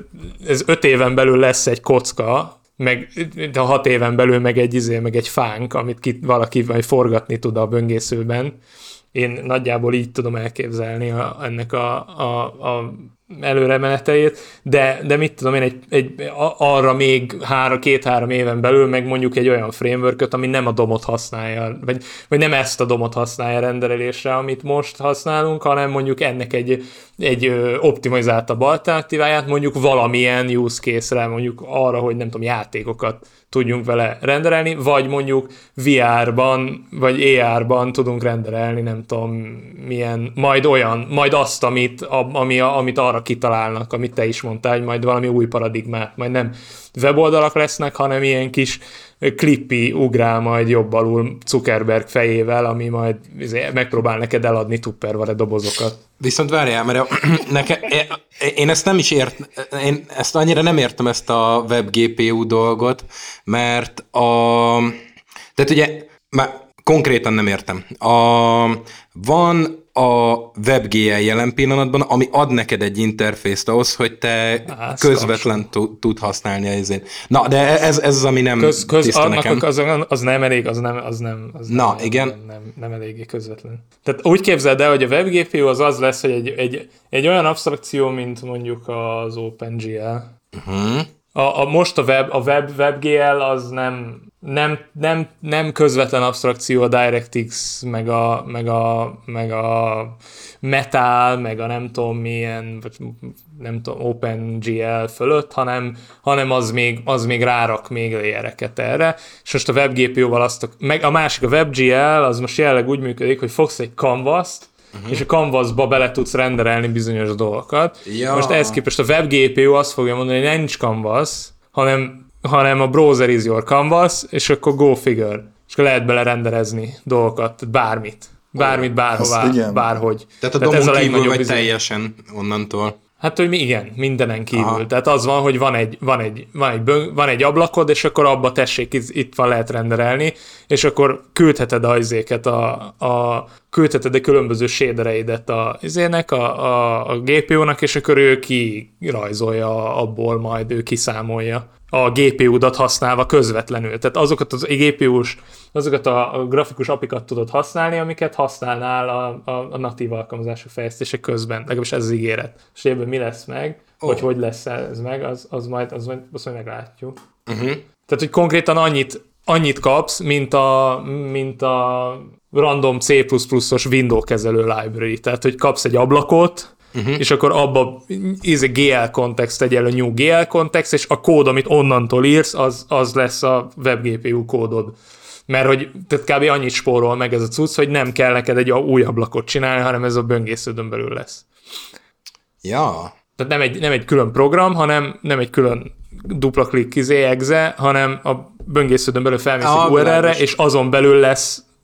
ez öt éven belül lesz egy kocka, meg de hat éven belül meg egy izé, meg egy fánk, amit ki, valaki majd forgatni tud a böngészőben. Én nagyjából így tudom elképzelni a, ennek a, a, a előremeneteit, de, de mit tudom én, egy, egy, arra még három, két-három éven belül meg mondjuk egy olyan frameworköt, ami nem a domot használja, vagy, vagy nem ezt a domot használja rendelésre, amit most használunk, hanem mondjuk ennek egy, egy optimalizáltabb alternatíváját, mondjuk valamilyen use case-re, mondjuk arra, hogy nem tudom, játékokat tudjunk vele renderelni, vagy mondjuk vé er-ban, vagy á er-ban tudunk renderelni, nem tudom, milyen, majd olyan, majd azt, amit, ami, amit arra kitalálnak, amit te is mondtál, hogy majd valami új paradigmát, majd nem weboldalak lesznek, hanem ilyen kis klippi ugrál majd jobb alul Zuckerberg fejével, ami majd megpróbál neked eladni tupperware dobozokat. Viszont várjál, mert a, neke, én ezt nem is ért, én ezt annyira nem értem, ezt a WebGPU dolgot, mert a, tehát ugye, már konkrétan nem értem. A, van a WebGL jelen pillanatban, ami ad neked egy interfészt ahhoz, hogy te Á, közvetlen t- tud használni az én. Na, de ez, ez az, ami nem köz, köz, tiszta nekem. Az, az nem elég, az nem, az nem, az Na, nem, igen. Nem, nem, nem eléggé közvetlen. Tehát úgy képzeld el, hogy a WebGPU az az lesz, hogy egy, egy, egy olyan abstrakció, mint mondjuk az OpenGL. Uh-huh. A, a, most a, web, a web, WebGL az nem, nem, nem, nem közvetlen abstrakció a DirectX, meg a, meg a, meg a Metal, meg a nem tudom milyen, vagy nem tudom, OpenGL fölött, hanem, hanem az, még, az még rárak még layereket erre. És most a WebGPU-val azt, a, meg a másik, a WebGL, az most jelenleg úgy működik, hogy fogsz egy canvas-t, Uh-huh. és a canvasba bele tudsz renderelni bizonyos dolgokat. Ja. Most ehhez képest a WebGPU azt fogja mondani, hogy nincs canvas, hanem, hanem a browser is your canvas, és akkor go figure. És akkor lehet bele renderezni dolgokat, bármit. Bármit, bárhová, bárhogy. Tehát a domon Tehát kívül vagy bizony... teljesen onnantól. Hát, hogy mi, igen, mindenen kívül. Aha. Tehát az van, hogy van egy, van, egy, van, egy bön, van egy ablakod, és akkor abba tessék, itt van, lehet renderelni, és akkor küldheted a izéket, a, a, küldheted a különböző shadereidet a izének, a, a, a gé pé u-nak, és akkor ő kirajzolja abból, majd ő kiszámolja a gé pé u-dat használva közvetlenül. Tehát azokat az gé pé u-s, azokat a grafikus apikat tudod használni, amiket használnál a, a, a natív alkalmazások fejlesztése közben. Legalábbis ez az ígéret. És ebből mi lesz meg, oh. hogy hogy lesz ez meg, az, az, majd, az majd, azt majd meglátjuk. Uh-huh. Tehát, hogy konkrétan annyit, annyit kapsz, mint a, mint a random C plusz pluszos Windows kezelő library. Tehát, hogy kapsz egy ablakot, Uh-huh. és akkor abba ez a gé el context egyenlő new gé el context, és a kód, amit onnantól írsz, az, az lesz a WebGPU kódod. Mert hogy tehát kb. Annyit spórol meg ez a cucc, hogy nem kell neked egy új ablakot csinálni, hanem ez a böngésződön belül lesz. Ja. Tehát nem egy, nem egy külön program, hanem nem egy külön dupla klik izé, exe, hanem a böngésződön belül felmész egy u er el-re, és azon belül lesz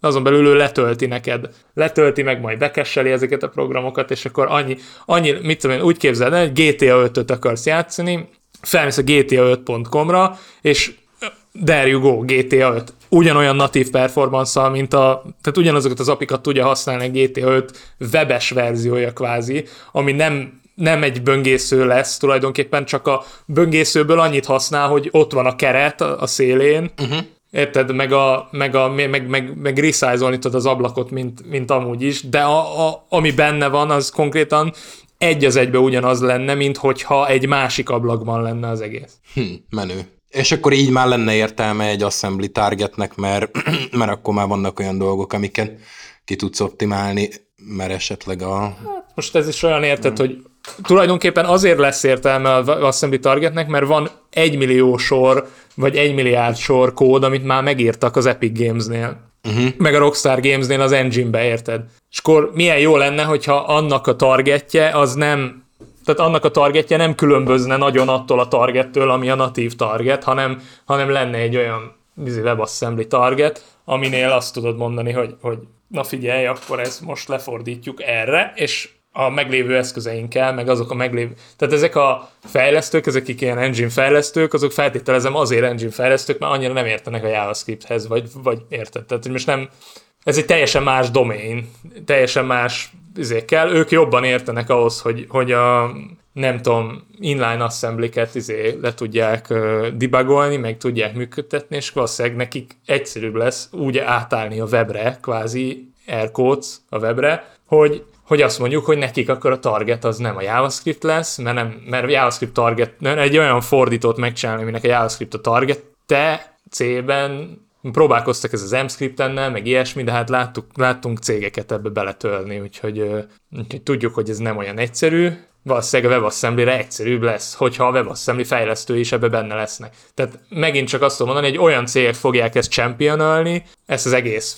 azon belül ő letölti neked. Letölti meg, majd bekesseli ezeket a programokat, és akkor annyi, annyi mit tudom én, úgy képzeld el, hogy gé té á ötöt akarsz játszani, felmész a gé té á öt pont com-ra, és there you go, gé té á öt. Ugyanolyan natív performance-szal, mint a, tehát ugyanazokat az apikat tudja használni a gé té á öt webes verziója kvázi, ami nem nem egy böngésző lesz, tulajdonképpen csak a böngészőből annyit használ, hogy ott van a keret a szélén, uh-huh. Érted, meg, a, meg, a, meg, meg, meg resize-olni tudod az ablakot, mint, mint amúgy is, de a, a, ami benne van, az konkrétan egy az egybe ugyanaz lenne, mint hogyha egy másik ablakban lenne az egész. Hm, menő. És akkor így már lenne értelme egy assembly targetnek, mert, mert akkor már vannak olyan dolgok, amiket ki tudsz optimálni, mert esetleg a... Hát most ez is olyan érted, hmm. hogy tulajdonképpen azért lesz értelme az assembly targetnek, mert van egy millió sor, vagy egy milliárd sor kód, amit már megírtak az Epic Games-nél. Uh-huh. Meg a Rockstar Games-nél az engine-be, érted? És akkor milyen jó lenne, hogyha annak a targetje az nem, tehát annak a targetje nem különbözne nagyon attól a targettől, ami a natív target, hanem, hanem lenne egy olyan WebAssembly target, aminél azt tudod mondani, hogy, hogy na figyelj, akkor ezt most lefordítjuk erre, és a meglévő eszközeinkkel, meg azok a meglévő... Tehát ezek a fejlesztők, ezek ilyen engine fejlesztők, azok feltételezem azért engine fejlesztők, mert annyira nem értenek a JavaScripthez, vagy, vagy érted. Tehát, hogy most nem... Ez egy teljesen más domain, teljesen más izé kell. Ők jobban értenek ahhoz, hogy, hogy a nem tudom, inline assembly-ket izé le tudják uh, debugolni, meg tudják működtetni, és valószínűleg nekik egyszerűbb lesz úgy átállni a webre, kvázi air codes a webre, hogy hogy azt mondjuk, hogy nekik akkor a target az nem a JavaScript lesz, mert, nem, mert JavaScript target, egy olyan fordítót megcsinálni, aminek a JavaScript a target, te C-ben próbálkoztak ez az M-scriptennel, meg ilyesmi, de hát láttuk, láttunk cégeket ebbe beletölni, úgyhogy, úgyhogy tudjuk, hogy ez nem olyan egyszerű. Valószínűleg a WebAssembly-re egyszerűbb lesz, hogyha a WebAssembly fejlesztői is ebbe benne lesznek. Tehát megint csak azt tudom mondani, hogy olyan cégek fogják ezt championölni, ezt az egész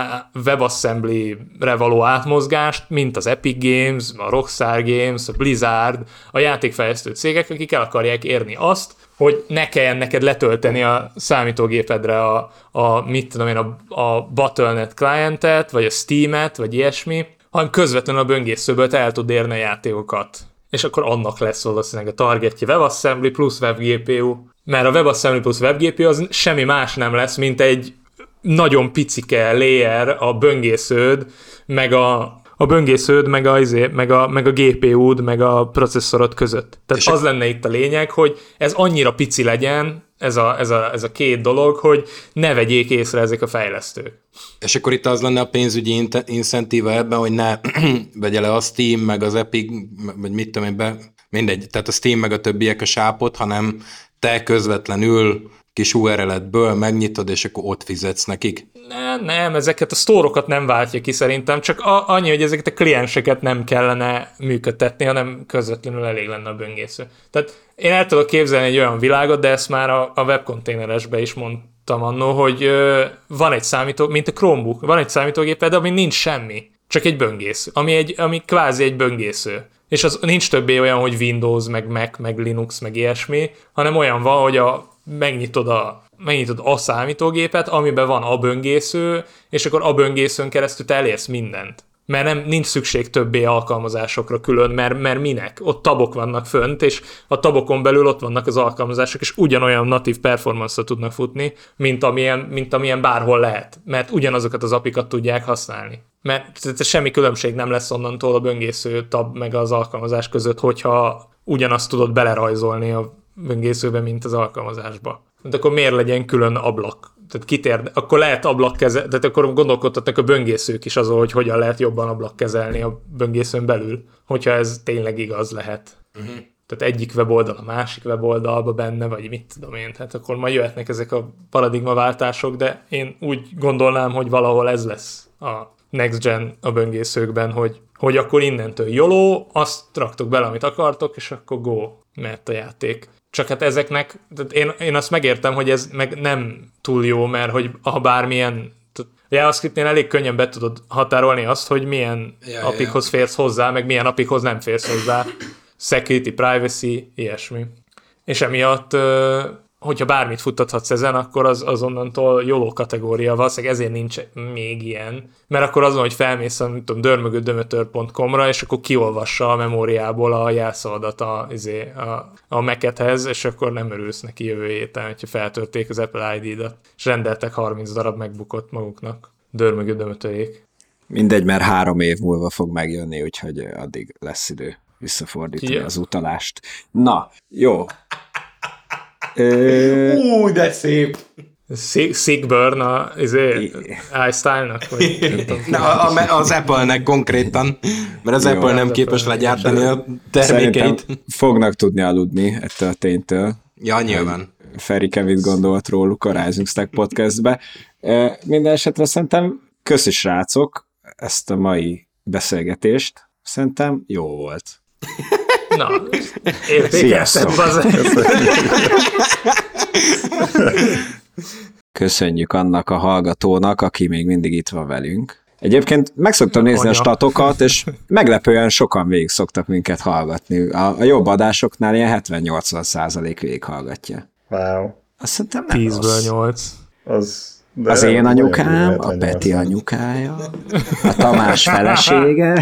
WebAssembly-re való átmozgást, mint az Epic Games, a Rockstar Games, a Blizzard, a játékfejlesztő cégek, akik el akarják érni azt, hogy ne kelljen neked letölteni a számítógépedre a, a mit tudom én, a, a battle dot net clientet, vagy a Steam-et, vagy ilyesmi, hanem közvetlenül a böngészőből te el tud érni a játékokat. És akkor annak lesz valószínűleg a targetje WebAssembly plusz WebGPU. Mert a WebAssembly plusz WebGPU az semmi más nem lesz, mint egy nagyon picike layer a böngésződ, meg a, a böngésződ, meg a, meg, a, meg a gé pé u-d, meg a processzorod között. Tehát és az a... lenne itt a lényeg, hogy ez annyira pici legyen, ez a, ez, a, ez a két dolog, hogy ne vegyék észre ezek a fejlesztők. És akkor itt az lenne a pénzügyi incentíva ebben, hogy ne vegye le a Steam, meg az Epic, vagy mit tudom én be, mindegy, tehát a Steam meg a többiek a sápot, hanem te közvetlenül kis u er el-edből megnyitod, és akkor ott fizetsz nekik? Nem, nem, ezeket a sztórokat nem váltja ki szerintem, csak a, annyi, hogy ezeket a klienseket nem kellene működtetni, hanem közvetlenül elég lenne a böngésző. Tehát én el tudok képzelni egy olyan világot, de ezt már a, a webkonténeresbe is mondtam annó, hogy ö, van egy számítógép, mint a Chromebook, van egy számítógéped, ami nincs semmi, csak egy böngésző, ami, egy, ami kvázi egy böngésző. És az nincs többé olyan, hogy Windows, meg Mac, meg Linux, meg ilyesmi, hanem olyan van, hogy a, megnyitod, a, megnyitod a számítógépet, amiben van a böngésző, és akkor a böngészőn keresztül te elérsz mindent. Mert nem, nincs szükség többé alkalmazásokra külön, mert, mert minek? Ott tabok vannak fönt, és a tabokon belül ott vannak az alkalmazások, és ugyanolyan natív performance-ra tudnak futni, mint amilyen, mint amilyen bárhol lehet. Mert ugyanazokat az apikat tudják használni. Mert semmi különbség nem lesz onnantól a böngésző tab meg az alkalmazás között, hogyha ugyanazt tudod belerajzolni a böngészőbe, mint az alkalmazásba. De akkor miért legyen külön ablak? Tehát kitér, akkor lehet ablakkezelni, tehát akkor gondolkodtatnak a böngészők is azon, hogy hogyan lehet jobban ablakkezelni a böngészőn belül, hogyha ez tényleg igaz lehet. Uh-huh. Tehát egyik weboldal a másik weboldalba benne, vagy mit tudom én, tehát akkor majd jöhetnek ezek a paradigmaváltások, de én úgy gondolnám, hogy valahol ez lesz a next gen a böngészőkben, hogy, hogy akkor innentől joló, azt raktok bele, amit akartok, és akkor go, mert a játék. Csak hát ezeknek, én, én azt megértem, hogy ez meg nem túl jó, mert hogy ha bármilyen, a JavaScriptnél elég könnyen be tudod határolni azt, hogy milyen ja, apikhoz ja. férsz hozzá, meg milyen apikhoz nem férsz hozzá. Security, privacy, ilyesmi. És emiatt hogyha bármit futtathatsz ezen, akkor az azonnantól jóló kategória, valószínűleg ezért nincs még ilyen, mert akkor azon, hogy felmész a dörmögő dömötör pont com-ra, és akkor kiolvassa a memóriából a jelszavadat a, a, a Mac-edhez, és akkor nem örülsz neki jövő héten, hogyha feltörték az Apple i dé-dat, és rendeltek harminc darab MacBookot maguknak, dörmögő dömötörék. Mindegy, mert három év múlva fog megjönni, úgyhogy addig lesz idő visszafordítani yeah. az utalást. Na, jó. Ú, de szép! Sickburn a izé, iStyle-nak? Na, az Apple-nek konkrétan, mert az jó, Apple nem képes legyártani a termékeit. Szerintem fognak tudni aludni ettől a ténytől. Ja, nyilván. Ferike mit gondolt róluk a Rising Stack podcastbe. Minden esetre szerintem köszi srácok ezt a mai beszélgetést. Szerintem jó volt. Na, értékelted, bazeg. Köszönjük annak a hallgatónak, aki még mindig itt van velünk. Egyébként meg szoktam nézni Anya. a statokat, és meglepően sokan végig szoktak minket hallgatni. A, a jobb adásoknál ilyen hetven-nyolcvan százalék végig hallgatja. Wow. Azt szerintem nem tízből rossz. nyolc. Az, az én anyukám, a Peti anyukája, a Tamás felesége.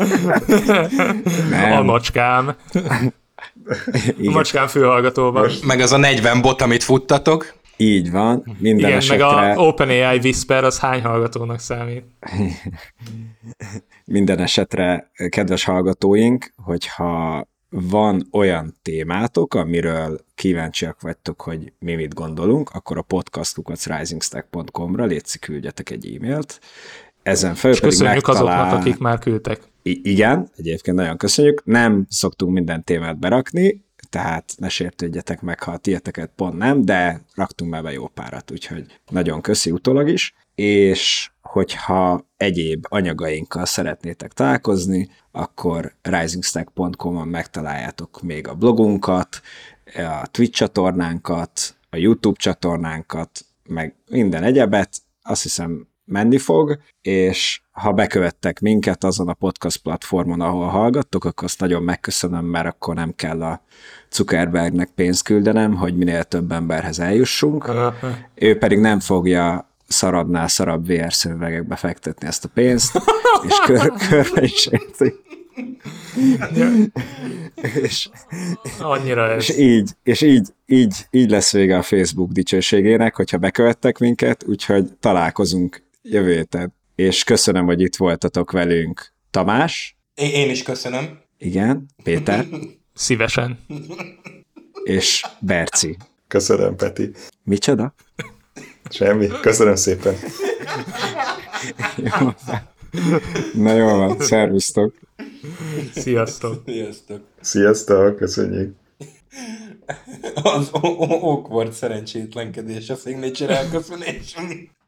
Nem. A macskám. Igen. A macskám főhallgatóban. Meg az a negyven bot, amit futtatok. Így van. Minden igen, esetre... meg a OpenAI Whisper, az hány hallgatónak számít? Minden esetre, kedves hallgatóink, hogyha van olyan témátok, amiről kíváncsiak vagytok, hogy mi mit gondolunk, akkor a podcast kukac rising stack pont com-ra létszik, küldjetek egy e-mailt. Ezen felül és pedig köszönjük megtalál... azoknak, akik már küldtek. I- igen, egyébként nagyon köszönjük. Nem szoktunk minden témát berakni, tehát ne sértődjetek meg, ha a tieteket pont nem, de raktunk már be jó párat, úgyhogy nagyon köszi utólag is, és hogyha egyéb anyagainkkal szeretnétek találkozni, akkor rising stack pont com-on megtaláljátok még a blogunkat, a Twitch csatornánkat, a YouTube csatornánkat, meg minden egyebet, azt hiszem menni fog, és ha bekövettek minket azon a podcast platformon, ahol hallgattok, akkor azt nagyon megköszönöm, mert akkor nem kell a Zuckerbergnek pénzt küldenem, hogy minél több emberhez eljussunk. Uh-huh. Ő pedig nem fogja szaradnál szarabb vé er szövegekbe fektetni ezt a pénzt, és kör, körbe is érti. és, Annyira ez. És így, és így, így, így lesz vége a Facebook dicsőségének, hogyha bekövettek minket, úgyhogy találkozunk jövő héten. És köszönöm, hogy itt voltatok velünk. Tamás? Én is köszönöm. Igen. Péter? Szívesen. És Berci. Köszönöm, Peti. Micsoda? Semmi. Köszönöm szépen. Jó. Na jól van, szervusztok. Sziasztok. Sziasztok. Sziasztok, köszönjük. Az awkward szerencsétlenkedés a signature elköszönés.